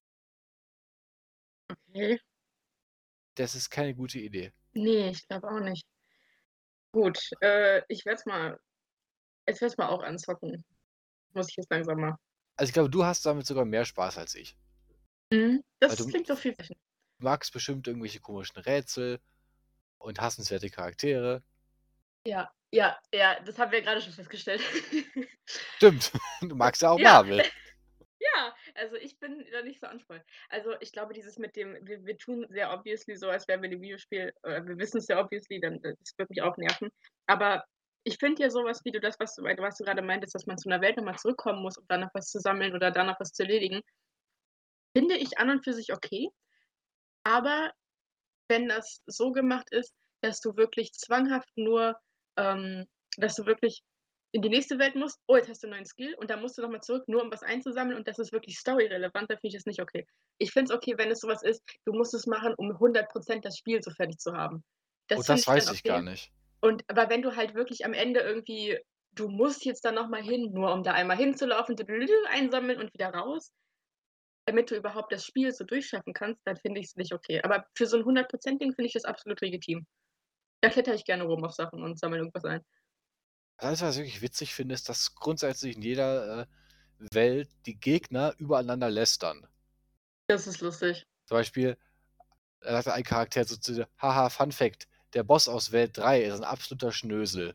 Okay. Das ist keine gute Idee. Nee, ich glaube auch nicht. Gut, ich werde es mal auch anzocken. Muss ich jetzt langsam mal. Also ich glaube, du hast damit sogar mehr Spaß als ich. Das du- klingt doch vielversprechend. Du magst bestimmt irgendwelche komischen Rätsel und hassenswerte Charaktere. Ja, das haben wir gerade schon festgestellt. Stimmt, du magst ja auch Ja. Marvel. Ja, also ich bin da nicht so anspruchsvoll. Also ich glaube, dieses mit dem, wir tun sehr obviously so, als wären wir in 'nem Videospiel, wir wissen es sehr obviously, dann das wird mich auch nerven. Aber ich finde ja sowas wie was du gerade meintest, dass man zu einer Welt noch mal zurückkommen muss, um dann noch was zu sammeln oder dann noch was zu erledigen, finde ich an und für sich okay. Aber wenn das so gemacht ist, dass du wirklich zwanghaft nur dass du wirklich in die nächste Welt musst. Oh, jetzt hast du 'n neuen Skill und dann musst du noch mal zurück, nur um was einzusammeln und das ist wirklich storyrelevant, dann finde ich das nicht okay. Ich finde es okay, wenn es so was ist, du musst es machen, um 100% das Spiel so fertig zu haben. Oh, Das finde das ich dann weiß ich gar okay. nicht. Und aber wenn du halt wirklich am Ende irgendwie du musst jetzt da noch mal hin, nur um da einmal hinzulaufen, einsammeln und wieder raus, damit du überhaupt das Spiel so durchschaffen kannst, dann finde ich's nicht okay. Aber für so 'n 100% Ding finde ich das absolut legitim. Da klettere ich gerne rum auf Sachen und sammle irgendwas ein. Das, was ich wirklich witzig finde, ist, dass grundsätzlich in jeder Welt die Gegner übereinander lästern. Das ist lustig. Zum Beispiel sagte ein Charakter so zu dir: „Haha, Fun Fact: Der Boss aus Welt 3 ist ein absoluter Schnösel."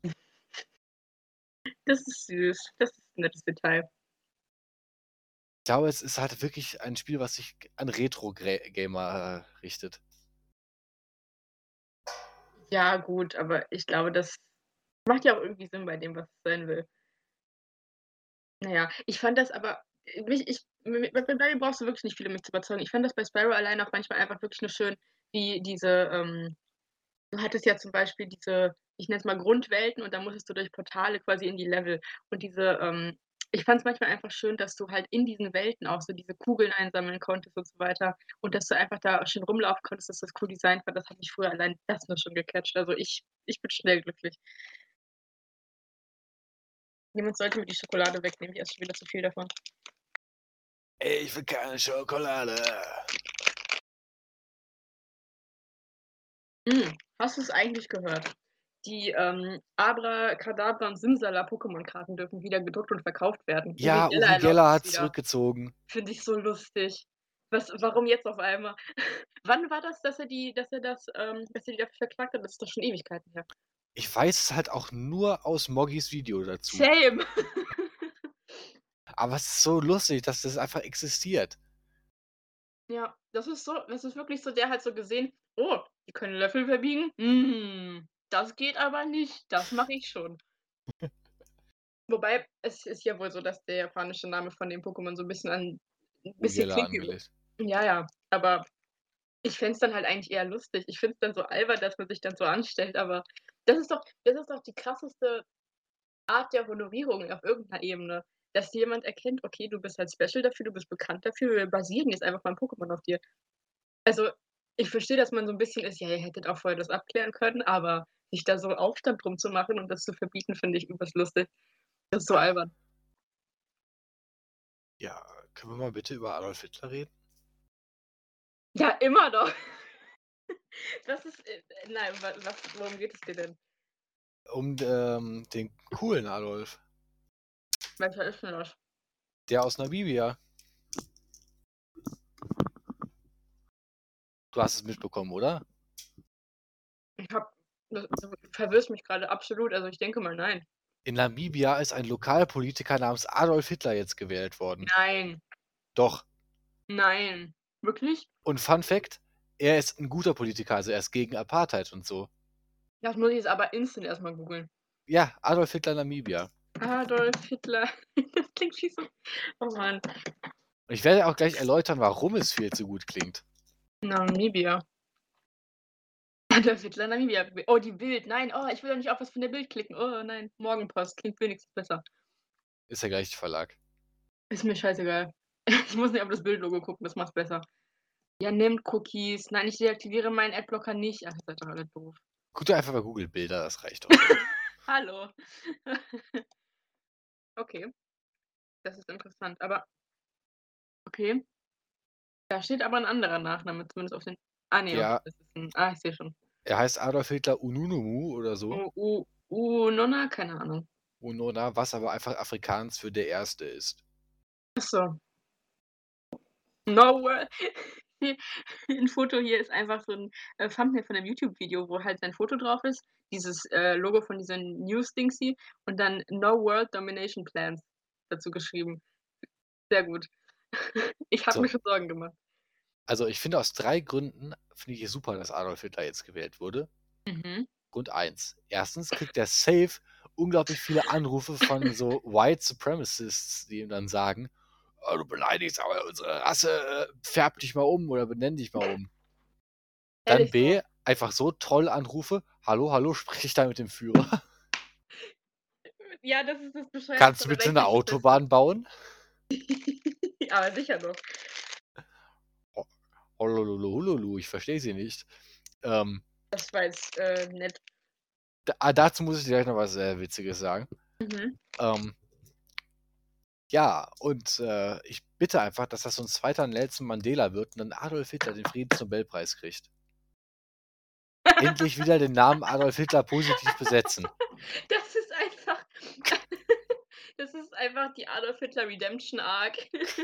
Das ist süß. Das ist 'n nettes Detail. Ich glaube, es ist halt wirklich ein Spiel, was sich an Retro-Gamer richtet. Ja, gut, aber ich glaube, das macht ja auch irgendwie Sinn bei dem, was es sein will. Na ja, ich fand das aber mich ich bei mir brauchst du wirklich nicht viel, um mich zu überzeugen. Ich fand das bei Spyro allein auch manchmal einfach wirklich nur schön, wie diese du hattest ja zum Beispiel diese, ich nenne es mal Grundwelten und dann musstest du durch Portale quasi in die Level. Und diese ich fand es manchmal einfach schön, dass du halt in diesen Welten auch so diese Kugeln einsammeln konntest und so weiter und dass du einfach da schön rumlaufen konntest, dass das cool designt war. Das hat mich früher allein das nur schon gecatcht. Also, ich bin schnell glücklich. Jemand sollte mir die Schokolade wegnehmen, ich esse schon wieder zu viel davon. Ich will keine Schokolade. Hast du's eigentlich gehört? Die Abrakadabra und Simsala-Pokémon-Karten dürfen wieder gedruckt und verkauft werden. Ja, Uri Geller Uri erlaubt Geller es hat wieder. zurückgezogen. Finde ich so lustig. Warum jetzt auf einmal? Wann war das, dass er die dafür verklagt hat? Das ist doch schon Ewigkeiten her. Ich weiß es halt auch nur aus Moggis Video dazu. Same. Aber es ist so lustig, dass das einfach existiert. Ja, das ist wirklich so, der hat so gesehen: „Oh, die können Löffel verbiegen? Das geht aber nicht. Das mache ich schon.“ Wobei, es ist ja wohl so, dass der japanische Name von dem Pokémon so 'n bisschen an 'n Uri bisschen Geller klingt wie angelegt. ja, ja, aber ich fände es dann halt eigentlich eher lustig. Ich finde es dann so albern, dass man sich dann so anstellt, aber das ist doch die krasseste Art der Honorierung auf irgend 'ner Ebene, dass jemand erkennt: „Okay, du bist halt special dafür, du bist bekannt dafür, wir basieren jetzt einfach mal 'n Pokémon auf dir.“ Also, ich verstehe, dass man so 'n bisschen ist: „Ja, ihr hättet auch vorher das abklären können“, aber sich da so Aufstand drum zu machen und das zu verbieten, finde ich übelst lustig. Das ist so albern. Ja, können wir mal bitte über Adolf Hitler reden? Ja, immer noch. Das ist nein, worum geht es dir denn? Um den coolen Adolf. Welcher ist denn das? Der aus Namibia. Du hast es mitbekommen, oder? Ich habe du verwirrst mich grade absolut, also ich denke mal, nein. In Namibia ist ein Lokalpolitiker namens Adolf Hitler jetzt gewählt worden. Nein, Doch. nein. Wirklich? Und Fun Fact: Er ist ein guter Politiker, also er ist gegen Apartheid und so. Das muss ich jetzt aber instant erst mal googeln. Ja, Adolf Hitler, Namibia. Adolf Hitler. Das klingt wie so oh Mann. Und ich werde auch gleich erläutern, warum es viel zu gut klingt. Namibia. Adolf Hitler, Namibia. Oh, die Bild. Nein, oh, ich will doch nicht auf was von der Bild klicken. Oh nein, Morgenpost klingt wenigstens besser. Ist der gleiche Verlag. Ist mir scheißegal. Ich muss nicht auf das Bildlogo gucken, das macht's besser. Ja, nimmt Cookies. Nein, ich deaktiviere meinen Adblocker nicht. Ach, ihr seid doch alle doof. Guck dir einfach mal Google Bilder, das reicht doch schon. Hallo. Okay, das ist interessant, aber okay. Da steht aber 'n anderer Nachname, zumindest auf den ne, okay, Ja, das ist 'n ich sehe schon. er heißt Adolf Hitler Ununumu oder so. Unona? Keine Ahnung. Unona, was aber einfach Afrikaans für der Erste ist. Ach so. No way. Hier 'n Foto hier ist einfach so 'n Thumbnail von 'nem YouTube-Video, wo halt sein Foto drauf ist, dieses Logo von diesem News-Dingsy und dann „No World Domination Plans“ dazu geschrieben. Sehr gut. Ich habe mir So, schon Sorgen gemacht. also ich finde aus 3 Gründen finde ich es super, dass Adolf Hitler jetzt gewählt wurde. Mhm. Grund 1: Erstens kriegt er safe unglaublich viele Anrufe von so White Supremacists, die ihm dann sagen: „Oh, du beleidigst aber unsere Rasse, färb dich mal um oder benenn dich mal um." Dann Ehrlich B, so. einfach so Trollanrufe. Hallo, spreche ich da mit dem Führer? Ja, das ist das Bescheuerteste. Kannst du Da bitte denkt eine sich das Beste. Autobahn bauen? Aber sicher doch. Holololololu, ich verstehe sie nicht. Das war jetzt nett. Dazu muss ich dir gleich noch was Witziges sagen. Mhm. Ja, und ich bitte einfach, dass das so ein zweiter Nelson Mandela wird und dann Adolf Hitler den Friedensnobelpreis kriegt. Endlich wieder den Namen Adolf Hitler positiv besetzen. Das ist einfach. Das ist einfach die Adolf Hitler Redemption Arc.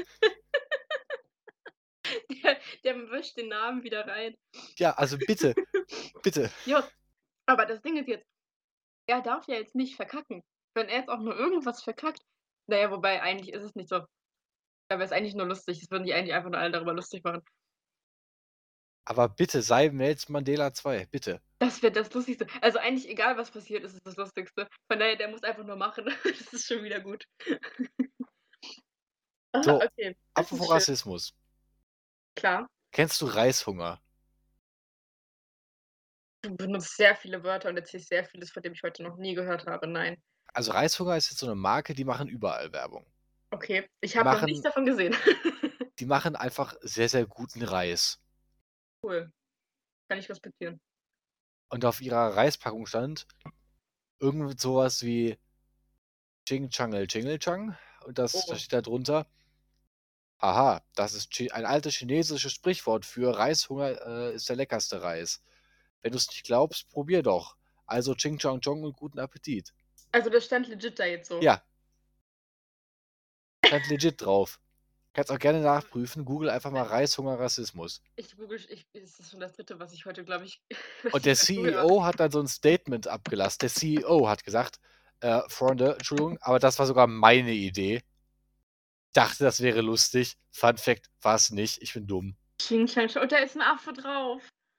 Der mischt den Namen wieder rein. Ja, also bitte. Ja, aber das Ding ist jetzt, er darf ja jetzt nicht verkacken. Wenn er jetzt auch nur irgendwas verkackt, naja, wobei eigentlich ist es nicht so. Da wäre es eigentlich nur lustig. Das würden die eigentlich einfach nur alle darüber lustig machen. Aber bitte, sei Nelson Mandela 2, bitte. Das wäre das Lustigste. Also eigentlich egal, was passiert, ist es das Lustigste. Von daher, der muss einfach nur machen. Das ist schon wieder gut. So, Okay, das apropos ist schön. Rassismus. Klar, Kennst du Reishunger? du benutzt sehr viele Wörter und erzählst sehr vieles, von dem ich heute noch nie gehört habe. Nein. Also Reishunger ist jetzt so eine Marke, die machen überall Werbung. Okay, ich Die habe noch nichts machen, davon gesehen. die machen einfach sehr, sehr guten Reis. Cool, kann ich respektieren. Und auf ihrer Reispackung stand irgend sowas wie Ching Changle Jingle Chang. Und da Oh, steht da drunter, aha, das ist ein altes chinesisches Sprichwort für Reishunger ist der leckerste Reis. Wenn du es nicht glaubst, probier doch. Also Ching Chang Chong und guten Appetit. also das stand legit da jetzt so. Ja, stand legit drauf. Kannst auch gerne nachprüfen. Google einfach mal Reishunger Rassismus. Ich google, das ist schon das dritte, was ich heute, glaube ich, was Und ich der heute google. CEO hat dann so ein Statement abgelassen. Der CEO hat gesagt, Freunde, Entschuldigung, aber das war sogar meine Idee. Dachte, das wäre lustig. Fun Fact, war es nicht. Ich bin dumm. Ching Chang Chong. Und da ist ein Affe drauf.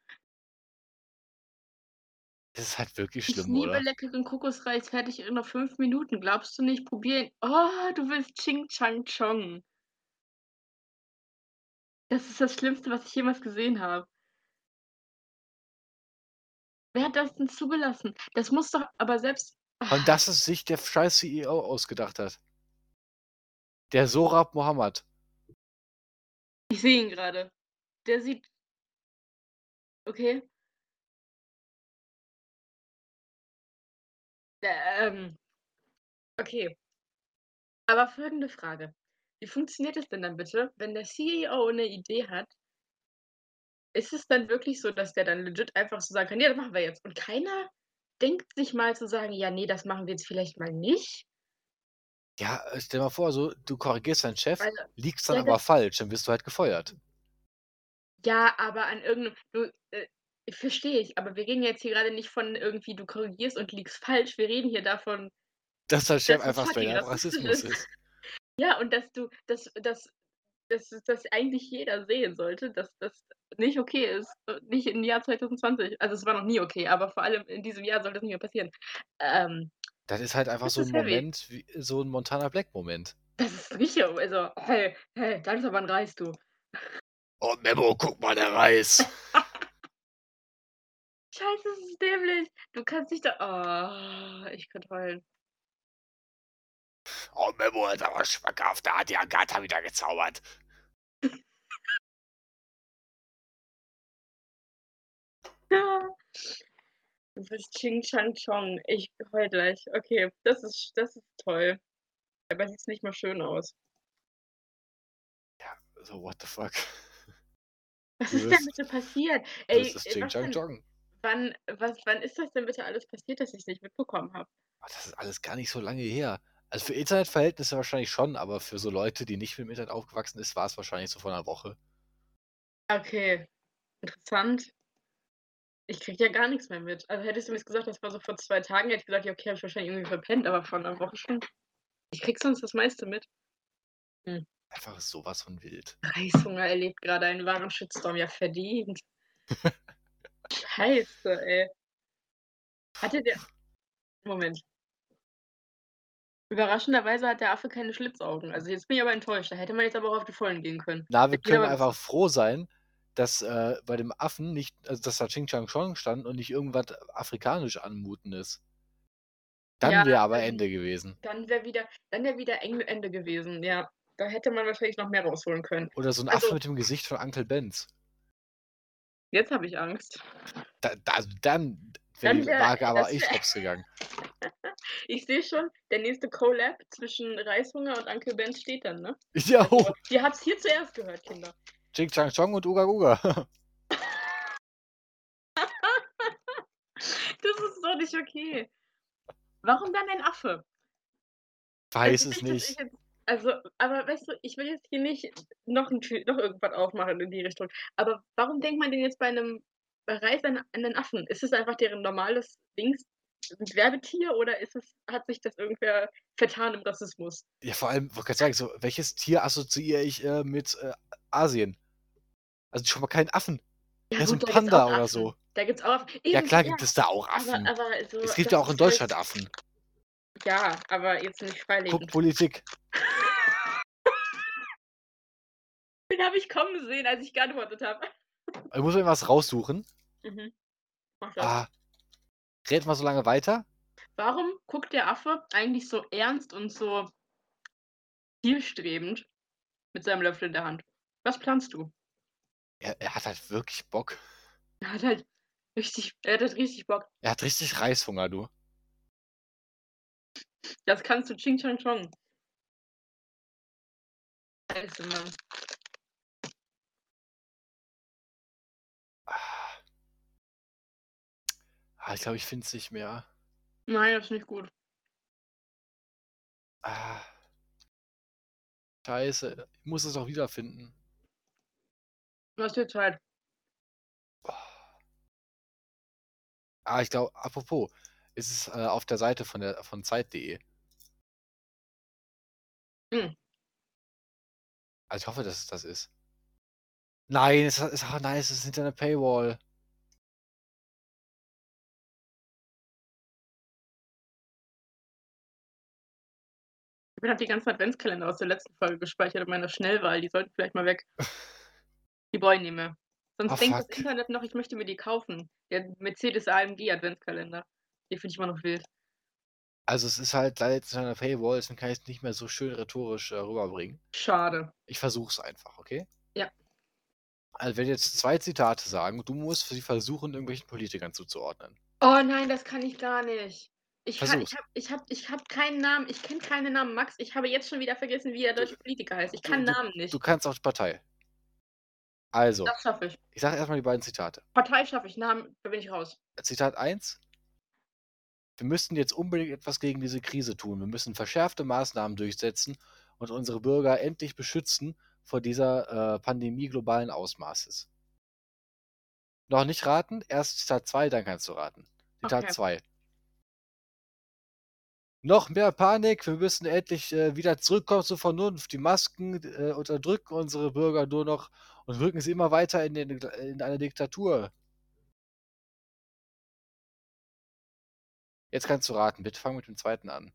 Das ist halt wirklich Ich schlimm, liebe oder? leckeren Kokosreis, fertig in noch 5 Minuten. Glaubst du nicht? Probier ihn. Oh, du willst Ching Chang Chong. Das ist das Schlimmste, was ich jemals gesehen habe. Wer hat das denn zugelassen? Das muss doch aber selbst. Und dass es sich der scheiß CEO ausgedacht hat. Der Sorab Mohammed. Ich sehe ihn gerade. Der sieht. Okay. Ähm, okay. Aber folgende Frage. Wie funktioniert es denn dann bitte, wenn der CEO 'ne Idee hat? Ist es dann wirklich so, dass der dann legit einfach so sagen kann: „Ja, das machen wir jetzt." Und keiner denkt sich mal zu sagen: „Ja, ne, das machen wir jetzt vielleicht mal nicht?" Ja, stell mal vor, so, du korrigierst deinen Chef, Weil liegst dann ja, aber das falsch, dann wirst du halt gefeuert. ja, aber an irgend 'nem du, verstehe ich, aber wir reden jetzt hier grade nicht von irgendwie, du korrigierst und liegst falsch. Wir reden hier davon, Dass dein Chef dass es einfach straight fucking up rassistisch Rassismus ist. ist. Ja, und dass du dass eigentlich jeder sehen sollte, dass das nicht okay ist, nicht im Jahr 2020. Also, es war noch nie okay, aber vor allem in diesem Jahr sollte das nicht mehr passieren. Ähm, Das ist halt einfach das so ein ist heavy. Moment, wie so ein Montana Black-Moment. Das ist richtig, also: „Hey, hey, das ist aber 'n Reis, du." Oh, Memo, guck mal, der Reis. Scheiße, das ist dämlich. Du kannst dich da ich könnte heulen. Oh, Memo ist aber schmackhaft. Da hat die Agatha wieder gezaubert. Ja. Du bist Ching Chang Chong. Ich heule gleich. Okay, das ist toll. Aber sieht's nicht mal schön aus. Ja, so, what the fuck. Was Du ist denn wirst, bitte passiert? du wirst Ey, das Ching was Chang denn? Chong. Wann ist das denn bitte alles passiert, dass ich's nicht mitbekommen habe? Ah, das ist alles gar nicht so lange her. Also für Internetverhältnisse wahrscheinlich schon, aber für so Leute, die nicht mit dem Internet aufgewachsen ist, war es wahrscheinlich so vor einer Woche. Okay, interessant. Ich kriege ja gar nix mehr mit. Also, hättest du mir jetzt gesagt, das war so vor 2 Tagen, hätte ich gesagt: „Ja, okay, habe ich wahrscheinlich irgendwie verpennt", aber vor 'ner Woche schon. Ich kriege sonst das meiste mit. Hm. Einfach sowas von wild. Heißhunger erlebt grade einen wahren Shitstorm. Ja, verdient. Scheiße, ey. Hatte der Moment. Überraschenderweise hat der Affe keine Schlitzaugen. Also, jetzt bin ich aber enttäuscht. Da hätte man jetzt aber auch auf die Vollen gehen können. Na, wir Hätte ich ihn können aber einfach froh sein, dass bei dem Affen nicht, also dass da Ching Chang Chong stand und nicht irgendwas afrikanisch anmutendes. Dann Ja, wäre aber Ende gewesen. dann wäre wieder Ende gewesen, ja. Da hätte man wahrscheinlich noch mehr rausholen können. Oder so ein Also Affe mit dem Gesicht von Uncle Benz. jetzt habe ich Angst. Also dann wäre Dann die wär Waage aber das echt wär hops gegangen. Ich sehe schon, der nächste Collab zwischen Reishunger und Uncle Ben steht dann, ne? Ja, Also, ihr habt's hier zuerst gehört, Kinder. Ching Chang Chong und Uga Uga. Das ist so nicht okay. Warum dann ein Affe? Weiß Also es nicht, dass ich nicht. jetzt aber weißt du, ich will jetzt hier nicht noch irgendwas aufmachen in die Richtung. Aber warum denkt man denn jetzt bei Reis an einen Affen? Ist es einfach deren normales Werbetier oder hat sich das irgendwer vertan im Rassismus? Ja, vor allem, wollte gerade sagen, so, welches Tier assoziiere ich mit Asien? Also schon mal keinen Affen. Ja Ja, so ein gut, da gibt's auch Panda oder Affen. so. Da gibt's auch Affen. Ja, Eben, klar ja, gibt es da auch Affen. aber so Es gibt das ja auch in ist halt Deutschland Affen. ja, aber jetzt nicht Guck, freilebend. Politik. Den habe ich kommen sehen, als ich geantwortet habe. Ich muss mir was raussuchen. Mhm, mach das. Red mal so lange weiter. Warum guckt der Affe eigentlich so ernst und so zielstrebend mit seinem Löffel in der Hand? Was planst du? Er hat halt wirklich Bock. Er hat halt richtig Bock. Er hat richtig Reishunger, du. Das kannst du Ching Chang Chong. Scheiße, Mann. Ich glaube, ich finde es nicht mehr. Nein, das ist nicht gut. Scheiße. Ich muss es auch wiederfinden. Du hast dir Zeit. Ich glaube, apropos, ist es auf der Seite von Zeit.de. Hm. Also ich hoffe, dass es das ist. Nein, es ist hinter einer Paywall. Ich habe die ganzen Adventskalender aus der letzten Folge gespeichert in meiner Schnellwahl. Die sollten vielleicht mal weg. Die brauche ich nicht mehr. Sonst denkt das Fuck. Internet noch, ich möchte mir die kaufen. Der Mercedes AMG Adventskalender. Den finde ich immer noch wild. Also es ist halt leider jetzt hinter einer Paywall, deswegen kann ich es nicht mehr so schön rhetorisch rüberbringen. Schade. Ich versuch's einfach, okay? Ja. Also wenn jetzt 2 Zitate sagen, du musst sie versuchen, irgendwelchen Politikern zuzuordnen. Oh nein, das kann ich gar nicht. Versuch's. Ich hab keinen Namen. Ich kenne keine Namen. Max, ich habe jetzt schon wieder vergessen, wie der deutsche Politiker heißt. Ich kann Namen Du nicht. kannst auch die Partei. Also, Das schaffe ich. ich sage erstmal die beiden Zitate. Partei schaffe ich. Namen, da bin ich raus. Zitat 1. Wir müssten jetzt unbedingt etwas gegen diese Krise tun. Wir müssen verschärfte Maßnahmen durchsetzen und unsere Bürger endlich beschützen vor dieser Pandemie globalen Ausmaßes. Noch nicht raten? Erst Zitat 2, dann kannst du raten. Zitat Okay. 2. Noch mehr Panik, wir müssen endlich wieder zurückkommen zur Vernunft. Die Masken unterdrücken unsere Bürger nur noch und rücken sie immer weiter in eine Diktatur. Jetzt kannst du raten. Bitte fang mit dem zweiten an.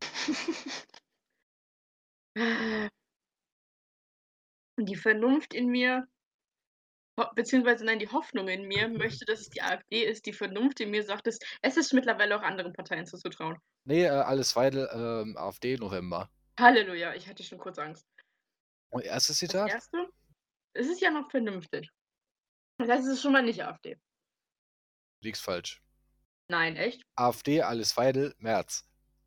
Die Vernunft in mir, beziehungsweise nein, die Hoffnung in mir möchte, dass es die AfD ist. Die Vernunft in mir sagt es ist mittlerweile auch anderen Parteien zuzutrauen. Nee, alles Weidel, AfD, November. Halleluja, ich hatte schon kurz Angst. Und erstes Das Zitat? erste, es ist ja noch vernünftig. Das heißt, es ist schon mal nicht AfD. Liegst falsch. Nein, echt? AfD, alles Weidel, März.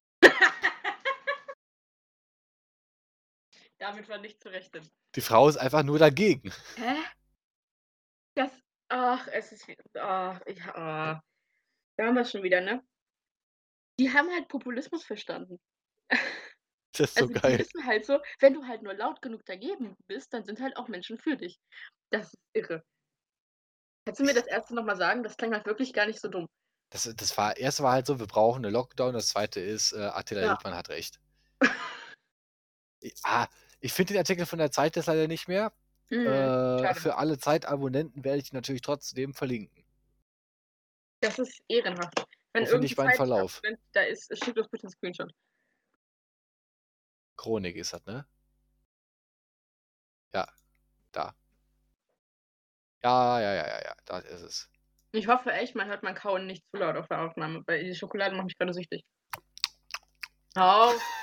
Damit war nicht zu rechnen. Die Frau ist einfach nur dagegen. Hä? Es ist da haben wir schon wieder, ne? Die haben halt Populismus verstanden. Das ist so Also, die geil. wissen halt so, wenn du halt nur laut genug dagegen bist, dann sind halt auch Menschen für dich. Das ist irre. Kannst du mir das erste noch mal sagen? Das klang halt wirklich gar nicht so dumm. Das erste war halt so, wir brauchen eine Lockdown. Das zweite ist, Attila Ja. Hildmann hat recht. Ich finde den Artikel von der Zeit jetzt leider nicht mehr. Schade. Für alle Zeitabonnenten werde ich ihn natürlich trotzdem verlinken. Das ist ehrenhaft. Wenn Wo finde ich meinen Verlauf? da ist, schick uns bitte 'n Screenshot. Chronik ist das, ne? Ja, da. Ja, da ist es. Ich hoffe echt, man hört mein Kauen nicht zu laut auf der Aufnahme, weil die Schokolade macht mich gerade süchtig. Hör auf.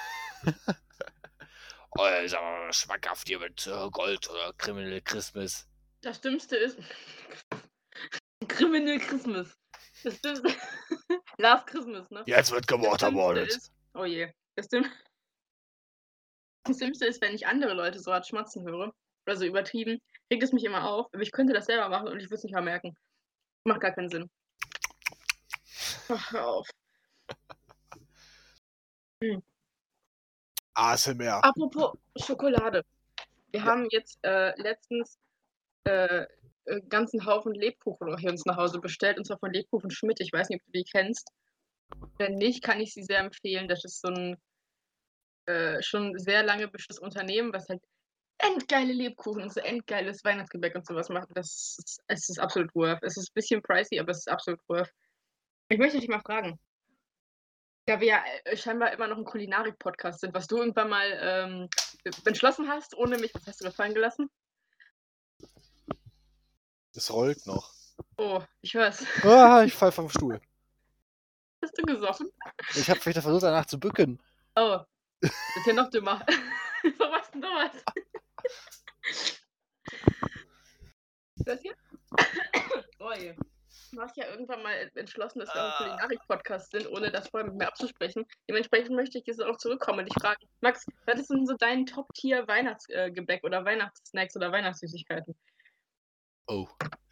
Oh, ist aber schmackhaft hier mit Gold oder Criminal Christmas. Das Dümmste ist. Criminal Christmas. Das Dümmste. Last Christmas, ne? Jetzt wird Das Dümmste gewaterboardet. ist. Oh je. Das Dümmste ist, wenn ich andere Leute so hart schmatzen höre, oder so übertrieben, regt es mich immer auf. Aber ich könnte das selber machen und ich würde es nicht mal merken. Macht gar keinen Sinn. Ach, hör auf. ASMR. Apropos Schokolade. Wir haben jetzt letztens ganzen Haufen Lebkuchen hier uns nach Hause bestellt, und zwar von Lebkuchen Schmidt. Ich weiß nicht, ob du die kennst. Wenn nicht, kann ich sie sehr empfehlen. Das ist so ein schon sehr lange bestehendes Unternehmen, was halt endgeile Lebkuchen und so endgeiles Weihnachtsgebäck und sowas macht. Es ist absolut worth. Es ist ein bisschen pricey, aber es ist absolut worth. Ich möchte dich mal fragen, da wir ja scheinbar immer noch ein Kulinarik-Podcast sind, was du irgendwann mal entschlossen hast, ohne mich, was hast du gefallen gelassen? Es rollt noch. Oh, ich hör's. Ah, ich fall vom Stuhl. Hast du gesoffen? Ich habe vielleicht versucht, danach zu bücken. Oh, das ist ja noch dümmer. Warum machst du denn sowas? Das hier? Oh je. Du hast ja irgendwann mal entschlossen, dass wir ein Kulinarik-Podcast sind, ohne das vorher mit mir abzusprechen. Dementsprechend möchte ich jetzt auch zurückkommen und dich fragen, Max, was ist denn so dein Top-Tier-Weihnachtsgebäck oder Weihnachtssnacks oder Weihnachtssüßigkeiten? Oh.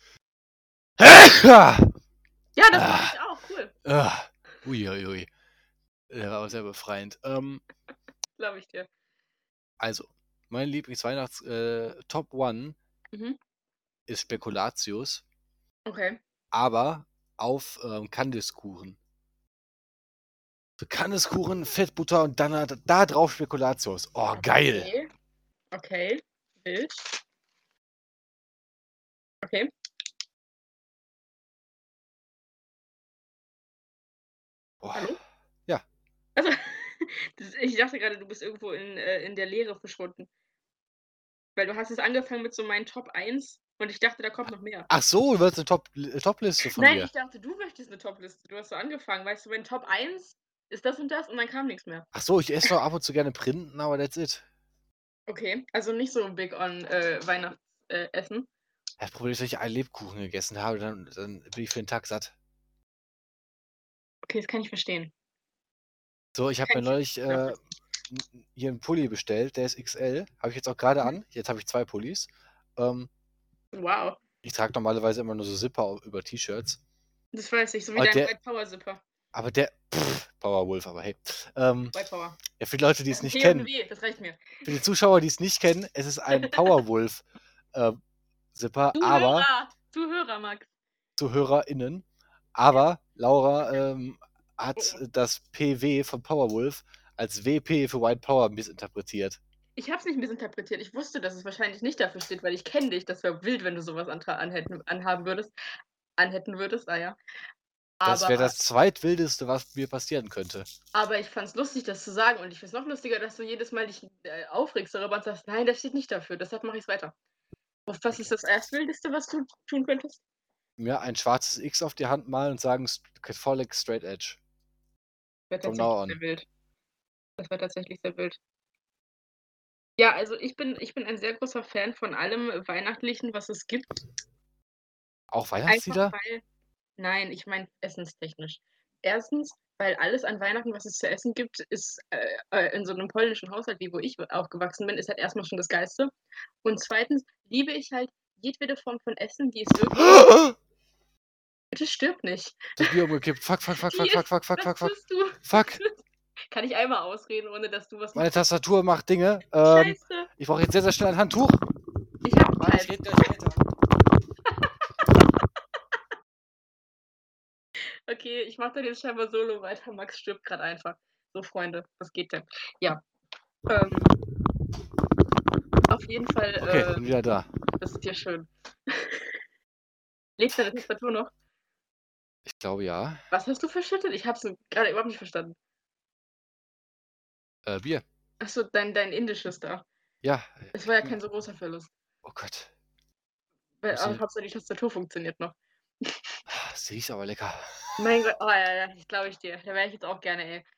Ja, das mache ich auch, cool. Uiuiui. Der war aber sehr befreiend. Glaube ich dir. Also, mein Lieblingsweihnachts Top One Mhm. ist Spekulatius, Okay. aber auf Kandiskuchen. So Kandiskuchen, Fettbutter und dann da drauf Spekulatius. Oh, geil. Okay. Okay. Wild. Okay. Oh. Hallo? Ja. Also, ich dachte gerade, du bist irgendwo in der Leere verschwunden. Weil du hast es angefangen mit so meinen Top 1 und ich dachte, da kommt noch mehr. Ach so, du willst eine Top-Liste von Nein, mir. ich dachte, du möchtest eine Top-Liste. Du hast so angefangen, weißt du, mein Top 1 ist das und das und dann kam nichts mehr. Ach so, ich esse noch ab und zu gerne Printen, aber that's it. Okay, also nicht so big on Weihnachtsessen. Das Problem ist, wenn ich einen Lebkuchen gegessen habe, dann bin ich für den Tag satt. Okay, das kann ich verstehen. So, ich habe mir neulich hier einen Pulli bestellt, der ist XL. Habe ich jetzt auch gerade an. Jetzt habe ich 2 Pullis. Wow, Ich trage normalerweise immer nur so Zipper über T-Shirts. das weiß ich, so wie Aber dein der- White Power Zipper. Aber der. Powerwolf, aber hey. White Power. Ja, für die Leute, die es nicht T kennen. und W, das reicht mir. Für die Zuschauer, die es nicht kennen, es ist ein Powerwolf Zipper, aber Zuhörer, Max. ZuhörerInnen. Aber Laura hat das PW von Powerwolf als WP für White Power missinterpretiert. Ich habe es nicht missinterpretiert. Ich wusste, dass es wahrscheinlich nicht dafür steht, weil ich kenne dich. Das wäre wild, wenn du sowas anhaben würdest. Ja. Das wäre Aber, das zweitwildeste, was mir passieren könnte. aber ich fand es lustig, das zu sagen. Und ich finde es noch lustiger, dass du jedes Mal dich aufregst darüber und sagst, nein, das steht nicht dafür. Deshalb mache ich es weiter. Was ist das Erstwildeste, was du tun könntest? Mir ein schwarzes X auf die Hand malen und sagen Catholic Straight Edge. Das From wäre now tatsächlich on. sehr wild. Das wäre tatsächlich sehr wild. Ja, also ich bin ein sehr großer Fan von allem Weihnachtlichen, was es gibt. Auch Weihnachtslieder? Einfach weil, nein, ich meine essenstechnisch. Erstens, weil alles an Weihnachten, was es zu essen gibt, ist in so einem polnischen Haushalt, wie wo ich aufgewachsen bin, ist halt erstmal schon das Geilste. Und zweitens liebe ich halt jedwede Form von Essen, die es irgendwie. Bitte stirb nicht. Das Bier umgekippt. Fuck. Was tust du? Fuck. Kann ich einmal ausreden, ohne dass du was Meine Tastatur macht Dinge. Scheiße. Ich brauche jetzt sehr, sehr schnell ein Handtuch. Ich hab Ich keins. red gleich weiter. Okay, ich mache dann jetzt scheinbar solo weiter. Max stirbt gerade einfach. So, Freunde, was geht denn? Ja. Auf jeden Fall, Okay, bin wieder da. das ist ja schön. Lebt deine Tastatur noch? Ich glaube ja. Was hast du verschüttet? Ich hab's gerade überhaupt nicht verstanden. Bier. Achso, dein indisches da. Ja. Es war ja kein so großer Verlust. Oh Gott. Weil Bisschen, Hauptsache die Tastatur funktioniert noch. das riecht aber lecker. Mein Gott, oh ja, das glaube ich dir. Da wäre ich jetzt auch gerne, ey.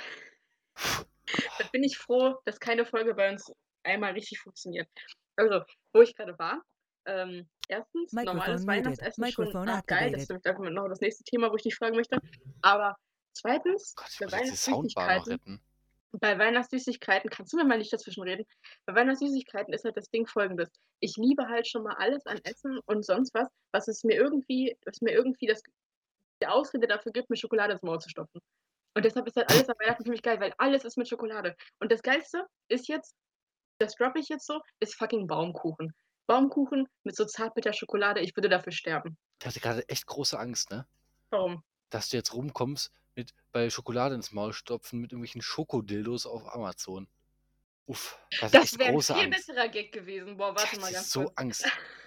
Da bin ich froh, dass keine Folge bei uns einmal richtig funktioniert. Also, wo ich gerade war, erstens, normales Microphone muted. Weihnachtsessen schon Microphone geil. Das activated. ist nämlich einfach noch das nächste Thema, wo ich dich fragen möchte. Aber zweitens, Gott, ich bei wollte jetzt die Soundbar noch Weihnachtssüßigkeiten retten. bei Weihnachtssüßigkeiten kannst du mir mal nicht dazwischen reden? Bei Weihnachtssüßigkeiten ist halt das Ding Folgendes: Ich liebe halt schon mal alles an Essen und sonst was, was mir irgendwie die Ausrede dafür gibt, mir Schokolade ins Maul zu stopfen. Und deshalb ist halt alles an Weihnachten für mich geil, weil alles ist mit Schokolade. Und das Geilste ist jetzt, das droppe ich jetzt so, ist fucking Baumkuchen. Baumkuchen mit so Zartbitterschokolade, ich würde dafür sterben. Ich hatte gerade echt große Angst, ne? Warum? Dass du jetzt rumkommst mit bei Schokolade ins Maul stopfen mit irgendwelchen Schokodildos auf Amazon. Uff, ich hatte Das echt wäre 'n große viel Angst. besserer Gag gewesen. Boah, Ich warte mal hatte ganz so kurz. Angst.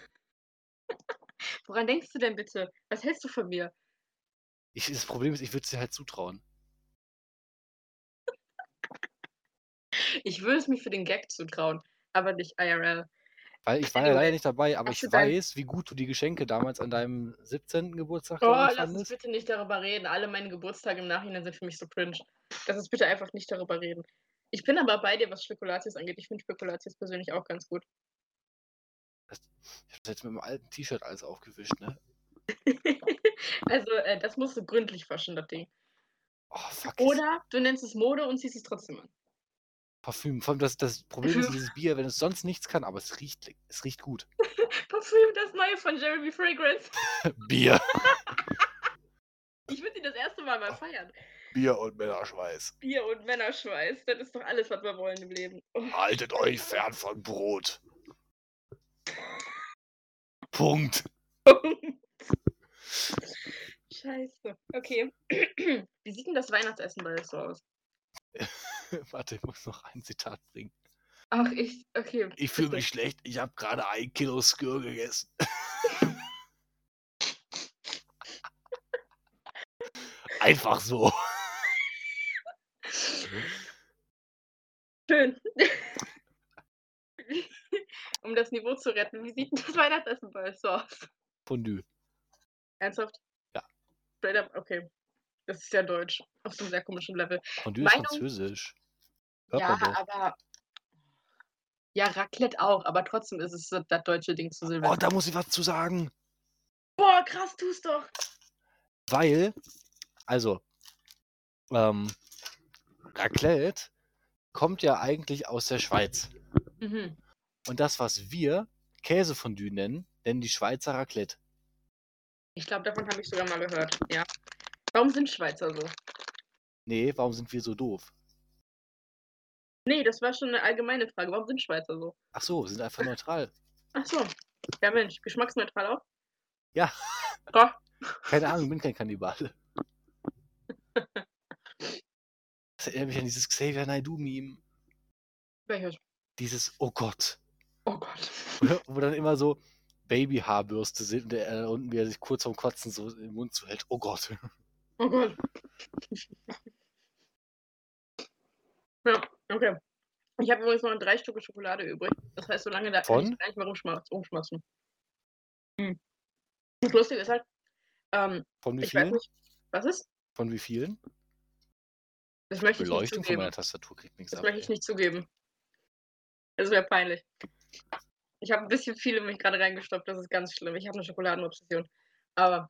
Woran denkst du denn bitte? Was hältst du von mir? Das Problem ist, ich würde es dir halt zutrauen. Ich würde es mir für den Gag zutrauen, aber nicht IRL. Weil ich war ja leider Anyway, nicht dabei, aber hast du ich dein weiß, wie gut du die Geschenke damals an deinem 17. Geburtstag, Oh, glaube ich, lass uns fandest. bitte nicht darüber reden. Alle meine Geburtstage im Nachhinein sind für mich so cringe. Lass uns bitte einfach nicht darüber reden. Ich bin aber bei dir, was Spekulatius angeht. Ich finde Spekulatius persönlich auch ganz gut. Ich habe das jetzt mit meinem alten T-Shirt alles aufgewischt, ne? Also, das musst du gründlich waschen, das Ding. Oh, fuck. Oder du nennst es Mode und ziehst es trotzdem an. Parfüm. Vor allem das Problem ist dieses Bier, wenn es sonst nichts kann, aber es riecht gut. Parfüm, das neue von Jeremy Fragrance. Bier. Ich würde ihn das erste Mal feiern. Bier und Männerschweiß. Bier und Männerschweiß, das ist doch alles, was wir wollen im Leben. Oh. Haltet euch fern von Brot. Punkt. Scheiße. Okay. Wie sieht denn das Weihnachtsessen bei euch so aus? Warte, ich muss noch ein Zitat bringen. Ach, okay. Ich fühle mich schlecht, ich habe gerade 1 Kilo Skür gegessen. Einfach so. Schön. Um das Niveau zu retten, wie sieht denn das Weihnachtsessen bei euch so aus? Fondue. Ernsthaft? Ja. Straight up, okay. Das ist ja deutsch. Auf so einem sehr komischen Level. Fondue ist Meinung? Französisch. Hört Ja, man doch. aber. Ja, Raclette auch, aber trotzdem ist es so das deutsche Ding zu Oh, Silvester. da muss ich was zu sagen. Boah, krass, tu's doch. Weil, also, Raclette kommt ja eigentlich aus der Schweiz. Mhm. Und das, was wir Käsefondue nennen die Schweizer Raclette. Ich glaube, davon habe ich sogar mal gehört. Ja. Warum sind Schweizer so? Nee, warum sind wir so doof? Nee, das war schon eine allgemeine Frage. Warum sind Schweizer so? Ach so, sind einfach neutral. Ach so. Ja, Mensch, geschmacksneutral auch? Ja. Oh. Keine Ahnung, bin kein Kannibale. Das erinnert mich an dieses Xavier Naidoo-Meme. Welches? Dieses Oh Gott. Oh Gott. Wo dann immer so Babyhaarbürste sind und der unten, wie er sich kurz vorm Kotzen so im Mund zuhält. Oh Gott. Oh Gott. Ja, okay. Ich habe übrigens noch 3 Stücke Schokolade übrig. Das heißt, solange da kann ich gar nicht mehr rumschmatzen. Das Lustige ist halt, Von wie ich weiß vielen? nicht, was ist? Von wie vielen? Das möchte ich nicht Beleuchtung von meiner zugeben. Tastatur kriegt nichts Das ab. möchte ich nicht zugeben. Das wäre peinlich. Ich habe ein bisschen viel in mich gerade reingestopft, das ist ganz schlimm. Ich habe eine Schokoladenobsession. Aber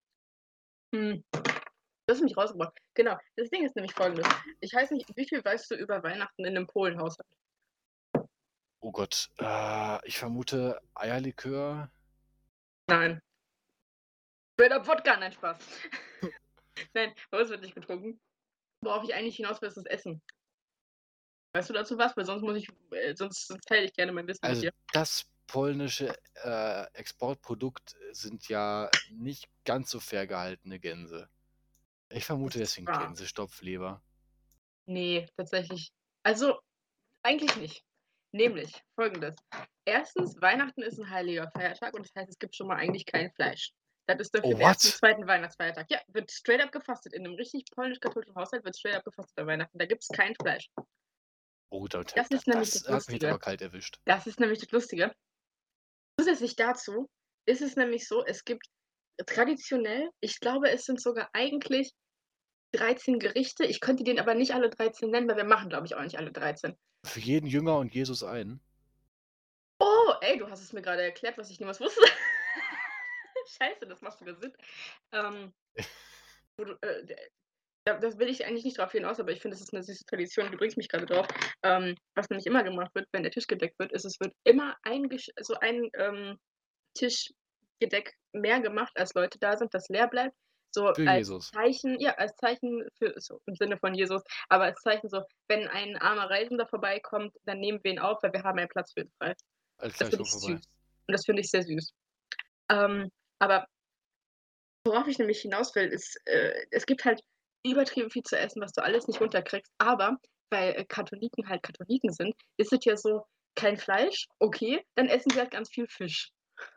das hat mich rausgebracht. Genau, das Ding ist nämlich folgendes. Ich weiß nicht, wie viel weißt du über Weihnachten in 'nem Polenhaushalt? Oh Gott. Ich vermute Eierlikör. Nein. Straight up Wodka, nein, Spaß. Nein, bei uns wird nicht getrunken. Worauf ich eigentlich hinaus will, ist das Essen. Weißt du dazu was? Weil sonst teile ich gerne mein Wissen mit Also dir. das polnische Exportprodukt sind ja nicht ganz so fair gehaltene Gänse. Ich vermute Das ist deswegen wahr. Gänsestopfleber. Nee, tatsächlich. Also, eigentlich nicht. Nämlich folgendes. Erstens, Weihnachten ist ein heiliger Feiertag und das heißt, es gibt schon mal eigentlich kein Fleisch. Das ist dann für Oh, den ersten und what? zweiten Weihnachtsfeiertag. Ja, wird straight up gefastet. In einem richtig polnisch-katholischen Haushalt wird straight up gefastet an Weihnachten. Da gibt es kein Fleisch. Oh, Das ist nämlich das hat mich jetzt Lustige. aber kalt erwischt. Das ist nämlich das Lustige. Zusätzlich dazu ist es nämlich so, es gibt traditionell, ich glaube, es sind sogar eigentlich 13 Gerichte. Ich könnte denen aber nicht alle 13 nennen, weil wir machen, glaube ich, auch nicht alle 13. Für jeden Jünger und Jesus einen. Oh, ey, du hast es mir gerade erklärt, was ich niemals wusste. Scheiße, das macht sogar Sinn. Ähm, wo du, das will ich eigentlich nicht drauf hinaus, aber ich finde, das ist eine süße Tradition, du bringst mich gerade drauf. Was nämlich immer gemacht wird, wenn der Tisch gedeckt wird, ist, es wird immer ein Tischgedeck mehr gemacht, als Leute da sind, das leer bleibt. So Für als Jesus. Zeichen, ja, als Zeichen für, so im Sinne von Jesus, aber als Zeichen so, wenn ein armer Reisender vorbeikommt, dann nehmen wir ihn auf, weil wir haben einen Platz für ihn frei. Alles Das klar, ich finde komm ich vorbei. süß. Und das finde ich sehr süß. Aber worauf ich nämlich hinaus will, ist, es gibt halt übertrieben viel zu essen, was du alles nicht runterkriegst. Aber weil Katholiken halt Katholiken sind, ist es ja so, kein Fleisch, okay, dann essen sie halt ganz viel Fisch.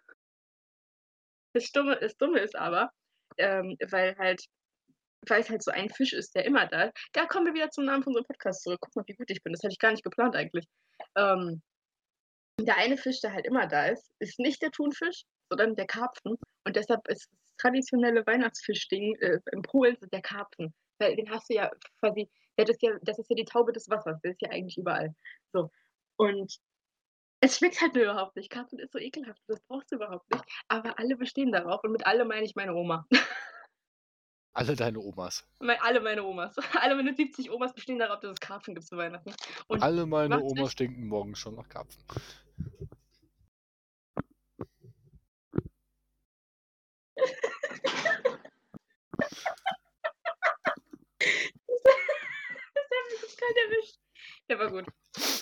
Das Dumme ist aber, weil halt, weil es halt so ein Fisch ist, der immer da ist. Da kommen wir wieder zum Namen von unserem Podcast zurück. Guck mal, wie gut ich bin. Das hatte ich gar nicht geplant eigentlich. Ähm, Der eine Fisch, der halt immer da ist nicht der Thunfisch, sondern der Karpfen. Und deshalb ist das traditionelle Weihnachtsfischding in Polen sind der Karpfen. Weil den hast du ja quasi, das ist ja die Taube des Wassers, der ist ja eigentlich überall. So. Und es schmeckt halt nur überhaupt nicht. Karpfen ist so ekelhaft, das brauchst du überhaupt nicht. Aber alle bestehen darauf und mit alle meine ich meine Oma. Alle deine Omas. Alle meine Omas. Alle meine 70 Omas bestehen darauf, dass es Karpfen gibt zu Weihnachten. Und Alle meine macht Omas sich stinken morgen schon nach Karpfen. Das hat mich jetzt kalt erwischt. Der war gut.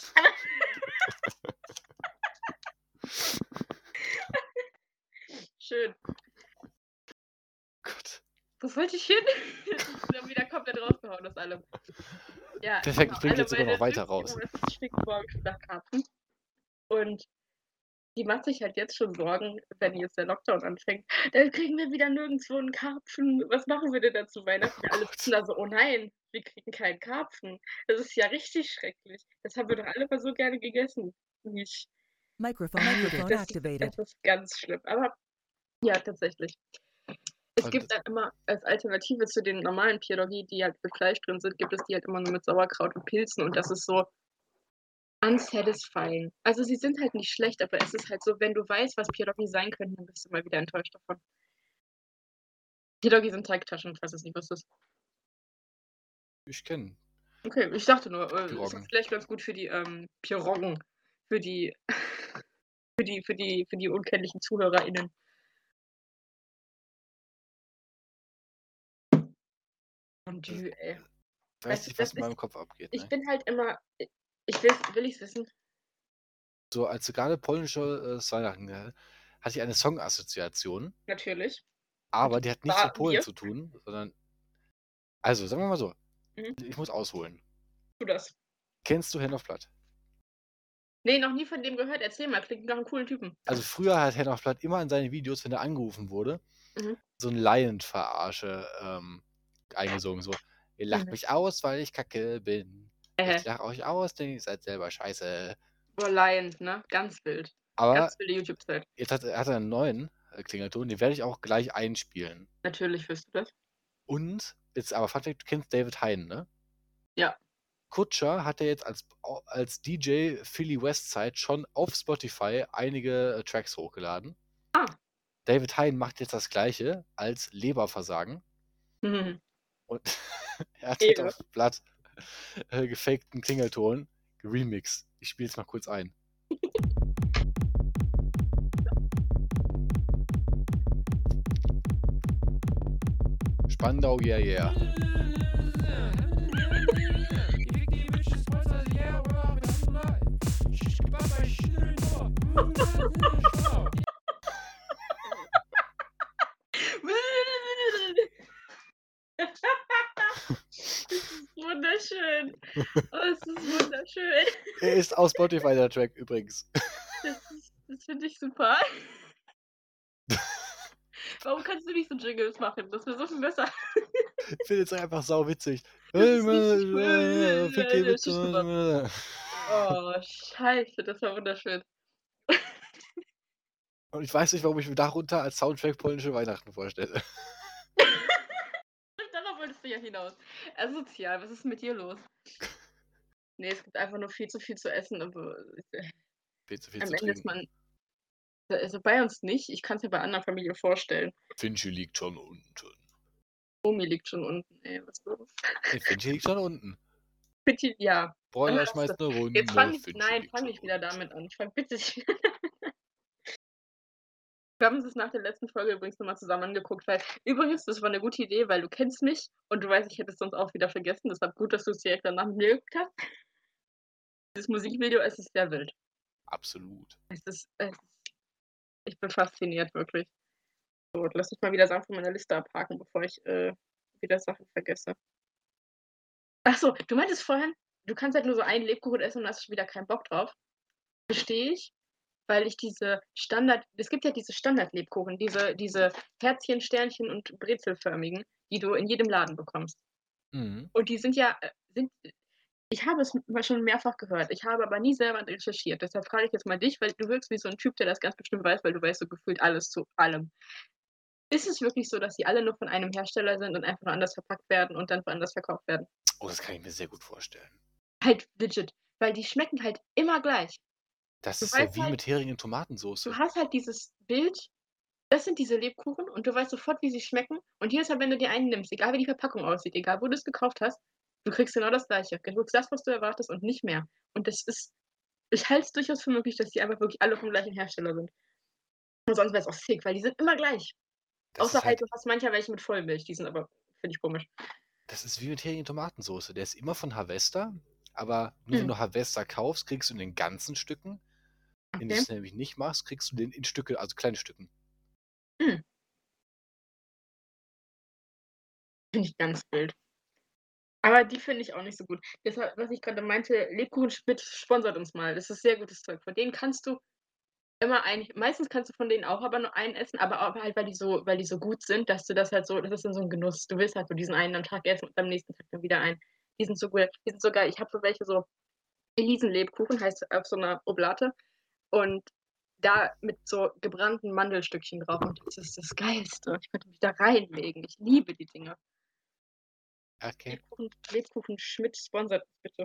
Schön. Gott. Wo wollte ich hin? Das ist dann wieder komplett rausgehauen aus allem. Ja, Perfekt, genau. ich bringe Alle jetzt sogar meine noch weiter 70 raus. Omas stinken morgen schon nach Karpfen. Und die macht sich halt jetzt schon Sorgen, wenn jetzt der Lockdown anfängt. Dann kriegen wir wieder nirgendwo einen Karpfen. Was machen wir denn da zu Weihnachten? Oh Alle Gott. sitzen da so, oh nein, wir kriegen keinen Karpfen. Das ist ja richtig schrecklich. Das haben wir doch alle mal so gerne gegessen. Nicht. Microphone activated. Das ist ganz schlimm. Aber ja, tatsächlich. Es Und gibt dann immer als Alternative zu den normalen Pierogi, die halt mit Fleisch drin sind, gibt es die halt immer nur mit Sauerkraut und Pilzen und das ist so unsatisfying. Also sie sind halt nicht schlecht, aber es ist halt so, wenn du weißt, was Pierogi sein könnten, dann bist du mal wieder enttäuscht davon. Pierogi sind Teigtaschen, falls du es nicht wusstest. ich kenne Okay, ich dachte nur, ist Piroggen. vielleicht ganz gut für die Piroggen, für die, für die unkenntlichen ZuhörerInnen. Fondue, ey. Weiß Weißt du, nicht, was das in meinem ist, Kopf abgeht. ich Ne? bin halt immer, will ich's wissen? So, als du gerade polnische Weihnachten hatte ich eine Song-Assoziation, Natürlich. aber die hat nichts mit War Polen mir. zu tun, sondern, also, sagen wir mal so, Mhm. ich muss ausholen. Tu das. Kennst du Hand of Blood? Nee, noch nie von dem gehört. Erzähl mal, klingt nach einem coolen Typen. Also früher hat Hand of Blood immer in seinen Videos, wenn er angerufen wurde, Mhm. so ein Lion-Verarsche eingesungen. So, ihr lacht Mhm. mich aus, weil ich kacke bin. Ich lach euch aus, denn ihr seid selber scheiße. Boah, Lion, ne? Ganz wild. Aber Ganz wilde YouTube-Zeit. jetzt hat er einen neuen Klingelton, den werde ich auch gleich einspielen. Natürlich wirst du das. Und, jetzt aber Fun Fact, du kennst David Hein, ne? Ja. Kutscher hat er jetzt als DJ Philly Westside schon auf Spotify einige Tracks hochgeladen. Ah. David Hein macht jetzt das gleiche als Leberversagen. Mhm. Und er hat Ehre. auf Blatt gefakten Klingelton geremixed. Ich spiele es mal kurz ein. Spandau, yeah, yeah. Das ist wunderschön. Oh, es ist wunderschön. Er ist auf Spotify, der Track übrigens. Das finde ich super. Warum kannst du nicht so Jingles machen? Das wäre so viel besser. Ich finde es einfach sau witzig. Das ist richtig cool. Oh, scheiße, das war wunderschön. Und ich weiß nicht, warum ich mir darunter als Soundtrack polnische Weihnachten vorstelle. Darauf wolltest du ja hinaus. Asozial, was ist mit dir los? Nee, es gibt einfach nur viel zu essen, aber Viel zu viel am zu Ende ist trinken. man, also bei uns nicht, ich kann es mir bei anderen Familien vorstellen. Finchi liegt schon unten. Omi liegt schon unten, ey, was ist los? Nee, Finchi liegt schon unten. Bitte, ja. Bräuler Hör auf schmeißt eine Runde. Jetzt fang Finchi liegt schon nicht wieder unten. damit an. Fang bitte. Wir haben uns das nach der letzten Folge übrigens nochmal zusammen angeguckt, weil übrigens, das war eine gute Idee, weil du kennst mich und du weißt, ich hätte es sonst auch wieder vergessen. Deshalb gut, dass du es direkt danach mit mir geguckt hast. Dieses Musikvideo, es ist sehr wild. Absolut. Ich bin fasziniert, wirklich. So, lass mich mal wieder Sachen von meiner Liste abhaken, bevor ich wieder Sachen vergesse. Achso, du meintest vorhin, du kannst halt nur so einen Lebkuchen essen und hast schon wieder keinen Bock drauf. Verstehe ich, weil ich es gibt ja diese Standard-Lebkuchen, diese Herzchen, Sternchen und Brezelförmigen, die du in jedem Laden bekommst. Mhm. Und die sind ja, ich habe es schon mehrfach gehört, ich habe aber nie selber recherchiert. Deshalb frage ich jetzt mal dich, weil du wirkst wie so ein Typ, der das ganz bestimmt weiß, weil du weißt so gefühlt alles zu allem. Ist es wirklich so, dass die alle nur von einem Hersteller sind und einfach nur anders verpackt werden und dann woanders verkauft werden? Oh, das kann ich mir sehr gut vorstellen. Halt legit, weil die schmecken halt immer gleich. Das Du ist ja weißt wie halt, mit Hering in Tomatensauce. du hast halt dieses Bild, das sind diese Lebkuchen und du weißt sofort, wie sie schmecken. Und jedes Mal, wenn du dir einen nimmst, egal wie die Verpackung aussieht, egal wo du es gekauft hast, du kriegst genau das Gleiche. Du kriegst das, was du erwartest und nicht mehr. Und ich halte es durchaus für möglich, dass die einfach wirklich alle vom gleichen Hersteller sind. Und sonst wäre es auch sick, weil die sind immer gleich. Das Außer ist halt, halt, du hast mancher welche mit Vollmilch, die sind aber, finde ich komisch. das ist wie mit Hering in Tomatensauce. Der ist immer von Harvester, aber nur wenn Hm. du Harvester kaufst, kriegst du ihn in ganzen Stücken. Wenn du Okay. es nämlich nicht machst, kriegst du den in Stücke, also kleine Stücken. Hm. Finde ich ganz wild. Aber die finde ich auch nicht so gut. Deshalb, was ich gerade meinte, Lebkuchen Schmidt sponsert uns mal. Das ist sehr gutes Zeug. Von denen kannst du immer eigentlich, meistens kannst du von denen auch aber nur einen essen, aber auch halt, weil die so gut sind, dass du das halt so, das ist dann so ein Genuss. Du willst halt so diesen einen am Tag essen und am nächsten Tag dann wieder einen. Die sind so gut. Die sind so geil. Ich habe so welche so Elisenlebkuchen, heißt auf so einer Oblate. Und da mit so gebrannten Mandelstückchen drauf. Und das ist das Geilste. Ich könnte mich da reinlegen. Ich liebe die Dinger. Okay. Lebkuchen Schmidt sponsert uns bitte.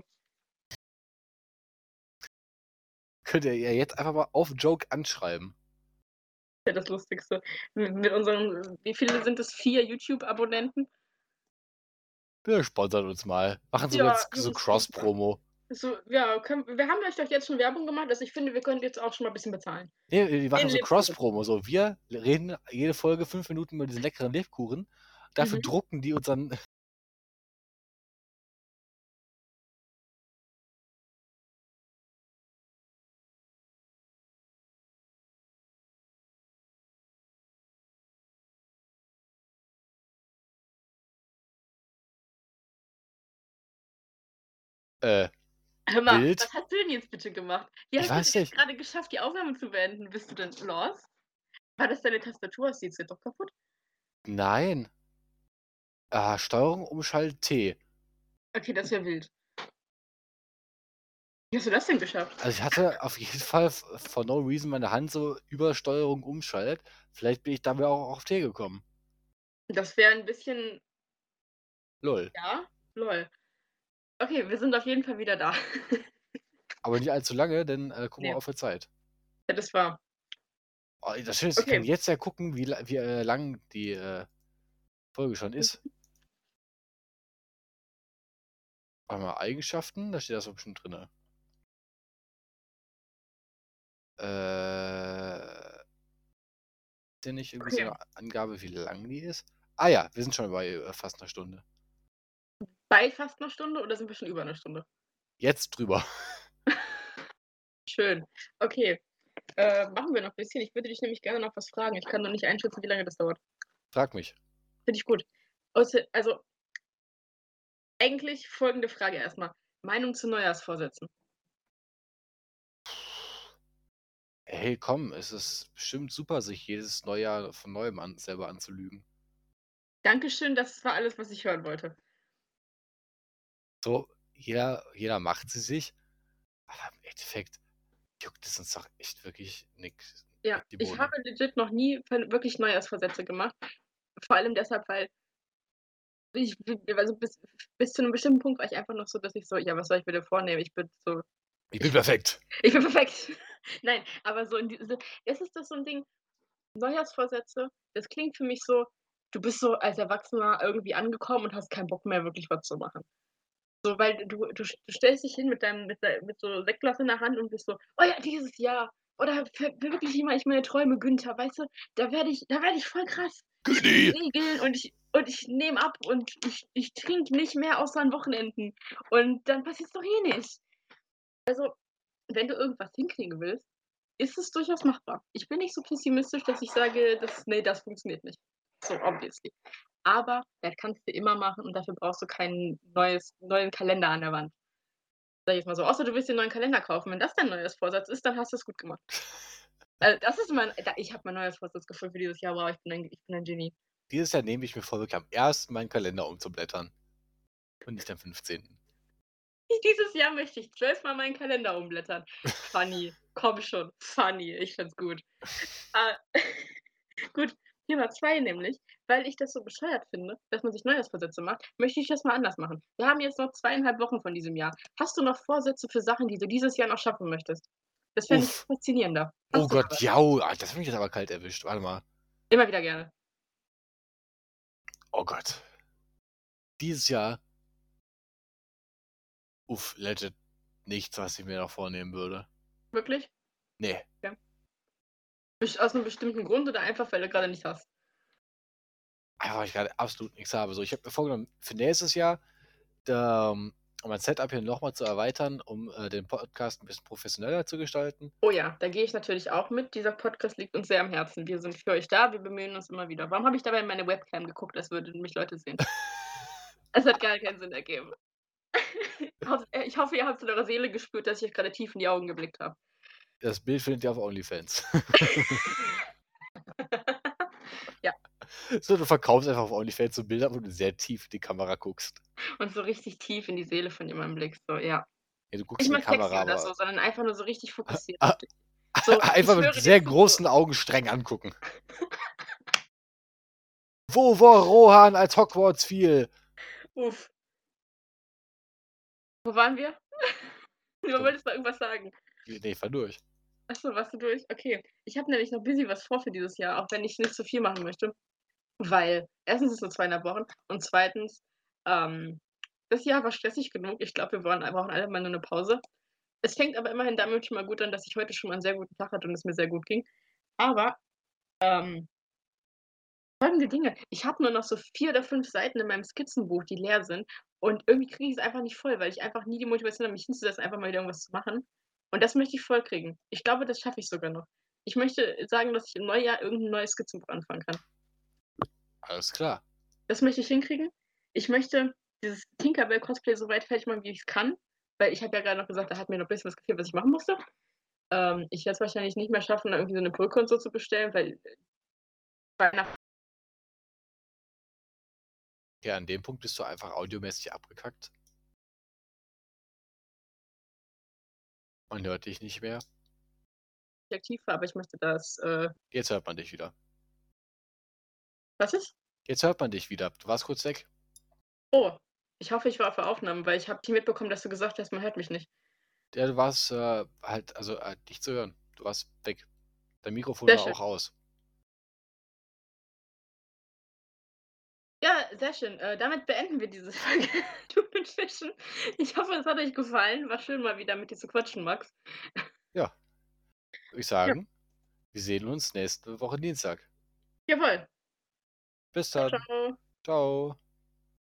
Könnt ihr ja jetzt einfach mal auf Joke anschreiben. Das ist ja das Lustigste. Mit unseren, wie viele sind es? 4 YouTube-Abonnenten? Wir sponsern uns mal. Machen so Ja, jetzt so Jungs, Cross-Promo. so, ja, wir haben euch doch jetzt schon Werbung gemacht, also ich finde, wir können jetzt auch schon mal ein bisschen bezahlen. Nee, wir machen Den so Lebkuchen. Cross-Promo. So, wir reden jede Folge 5 Minuten über diesen leckeren Lebkuchen. Dafür Mhm. drucken die uns dann. Hör mal, Wild. was hast du denn jetzt bitte gemacht? Wie Ich hast du weiß denn nicht. jetzt gerade geschafft, die Aufnahme zu beenden? Bist du denn lost? War das deine Tastatur? Ist die jetzt doch kaputt? Nein. Steuerung Umschalt T. Okay, das ist ja wild. Wie hast du das denn geschafft? Also ich hatte auf jeden Fall for no reason meine Hand so über Steuerung Umschalt. Vielleicht bin ich damit auch auf T gekommen. Das wäre ein bisschen, Lol. ja, lol. Okay, wir sind auf jeden Fall wieder da. Aber nicht allzu lange, denn gucken wir Nee, auf die Zeit. ja, das war. Oh, das Schöne ist, ich kann Okay. jetzt ja gucken, wie lang die Folge schon ist. Warte mal, Eigenschaften, da steht das so bestimmt drin. Ist ja nicht irgendwie so Okay. eine Angabe, wie lang die ist? Ah ja, wir sind schon bei fast einer Stunde. Bei fast einer Stunde oder sind wir schon über eine Stunde? Jetzt drüber. Schön. Okay. Machen wir noch ein bisschen. Ich würde dich nämlich gerne noch was fragen. Ich kann noch nicht einschätzen, wie lange das dauert. Frag mich. Finde ich gut. Also, eigentlich folgende Frage erstmal. Meinung zu Neujahrsvorsätzen. Hey, komm, es ist bestimmt super, sich jedes Neujahr von neuem selber anzulügen. Dankeschön, das war alles, was ich hören wollte. So, jeder macht sie sich. Aber im Endeffekt, juckt es uns doch echt wirklich nix. Ja, Die ich Bohne. habe legit noch nie wirklich Neujahrsvorsätze gemacht. Vor allem deshalb, weil also bis zu einem bestimmten Punkt war ich einfach noch so, dass ich so, ja, was soll ich mir denn vornehmen? Ich bin Ich, perfekt. ich bin perfekt. Nein, aber so es ist das so ein Ding, Neujahrsvorsätze, das klingt für mich so, du bist so als Erwachsener irgendwie angekommen und hast keinen Bock mehr, wirklich was zu machen. So, weil du stellst dich hin mit so Sektglas in der Hand und bist so, oh ja, dieses Jahr. Oder verwirkliche mal ich meine Träume, Günther, weißt du, da werde ich voll krass. Ich Güni! Regeln und ich nehme ab und ich trinke nicht mehr außer an Wochenenden. Und dann passiert's doch eh nicht. Wenn du irgendwas hinkriegen willst, ist es durchaus machbar. Ich bin nicht so pessimistisch, dass ich sage, das funktioniert nicht. So, obviously. Aber das kannst du immer machen und dafür brauchst du keinen neuen Kalender an der Wand. Sag ich jetzt mal so. Außer du willst dir 'n neuen Kalender kaufen. Wenn das dein Neujahrsvorsatz ist, dann hast du es gut gemacht. Das ist ich habe mein Neujahrsvorsatz gefunden für dieses Jahr. Wow, ich bin ein Genie. Dieses Jahr nehme ich mir vor, wirklich am 1. meinen Kalender umzublättern. Und nicht am 15. Dieses Jahr möchte ich 12 Mal meinen Kalender umblättern. Funny. Komm schon. Funny. Ich find's gut. Gut, Thema 2 nämlich, weil ich das so bescheuert finde, dass man sich Neujahrsvorsätze macht, möchte ich das mal anders machen. Wir haben jetzt noch 2,5 Wochen von diesem Jahr. Hast du noch Vorsätze für Sachen, die du dieses Jahr noch schaffen möchtest? Das fände ich Uff. faszinierender. Oh Hast du da Gott, was? ja, das hat mich jetzt aber kalt erwischt. Warte mal. Immer wieder gerne. Oh Gott. Dieses Jahr, legit nichts, was ich mir noch vornehmen würde. Wirklich? Nee. Aus einem bestimmten Grund oder einfach, weil du gerade nichts hast? Einfach, weil ich gerade absolut nichts habe. So, ich habe mir vorgenommen, für nächstes Jahr mein Setup hier nochmal zu erweitern, um den Podcast ein bisschen professioneller zu gestalten. Oh ja, da gehe ich natürlich auch mit. Dieser Podcast liegt uns sehr am Herzen. Wir sind für euch da, wir bemühen uns immer wieder. Warum habe ich dabei in meine Webcam geguckt, als würden mich Leute sehen? Es hat gar keinen Sinn ergeben. Ich hoffe, ihr habt in eurer Seele gespürt, dass ich euch gerade tief in die Augen geblickt habe. Das Bild findet ihr auf OnlyFans. Ja. So, du verkaufst einfach auf OnlyFans so Bilder, wo du sehr tief in die Kamera guckst. Und so richtig tief in die Seele von jemandem blickst, so, ja. Ja, du guckst Nicht in mal die Kamera, sexy oder aber so, sondern einfach nur so richtig fokussiert auf dich. So, einfach ich mit höre dir sehr zu, großen Augen streng angucken. Wo war Rohan, als Hogwarts fiel? Uff. Wo waren wir? Du wolltest mal irgendwas sagen. Nee, fahr durch. Achso, warst du durch? Okay. Ich habe nämlich noch busy was vor für dieses Jahr, auch wenn ich nicht so viel machen möchte. Weil erstens ist es nur 2,5 Wochen und zweitens, das Jahr war stressig genug. Ich glaube, wir brauchen alle mal nur eine Pause. Es fängt aber immerhin damit schon mal gut an, dass ich heute schon mal einen sehr guten Tag hatte und es mir sehr gut ging. Aber, folgende Dinge: Ich habe nur noch so 4 oder 5 Seiten in meinem Skizzenbuch, die leer sind und irgendwie kriege ich es einfach nicht voll, weil ich einfach nie die Motivation habe, mich hinzusetzen, einfach mal wieder irgendwas zu machen. Und das möchte ich voll kriegen. Ich glaube, das schaffe ich sogar noch. Ich möchte sagen, dass ich im Neujahr irgendein neues Skizzenbuch anfangen kann. Alles klar. Das möchte ich hinkriegen. Ich möchte dieses Tinkerbell-Cosplay so weit fertig machen, wie ich es kann, weil ich habe ja gerade noch gesagt, da hat mir noch ein bisschen was gefehlt, was ich machen musste. Ich werde es wahrscheinlich nicht mehr schaffen, irgendwie so eine Brücke und so zu bestellen, weil Weihnachten. Ja, an dem Punkt bist du einfach audiomäßig abgekackt. Man hört dich nicht mehr. Aktiv war, aber ich möchte das. Jetzt hört man dich wieder. Was ist? Jetzt hört man dich wieder. Du warst kurz weg. Oh, ich hoffe, ich war auf der Aufnahme, weil ich habe nicht mitbekommen, dass du gesagt hast, man hört mich nicht. Ja, du warst nicht zu hören. Du warst weg. Dein Mikrofon Sehr war schön. auch aus. Ja, sehr schön. Damit beenden wir diese Folge Du mit Fischen. Ich hoffe, es hat euch gefallen. War schön, mal wieder mit dir zu quatschen, Max. Ja. Würde ich sagen, wir sehen uns nächste Woche Dienstag. Jawohl. Bis Ciao, dann. ciao. Ciao.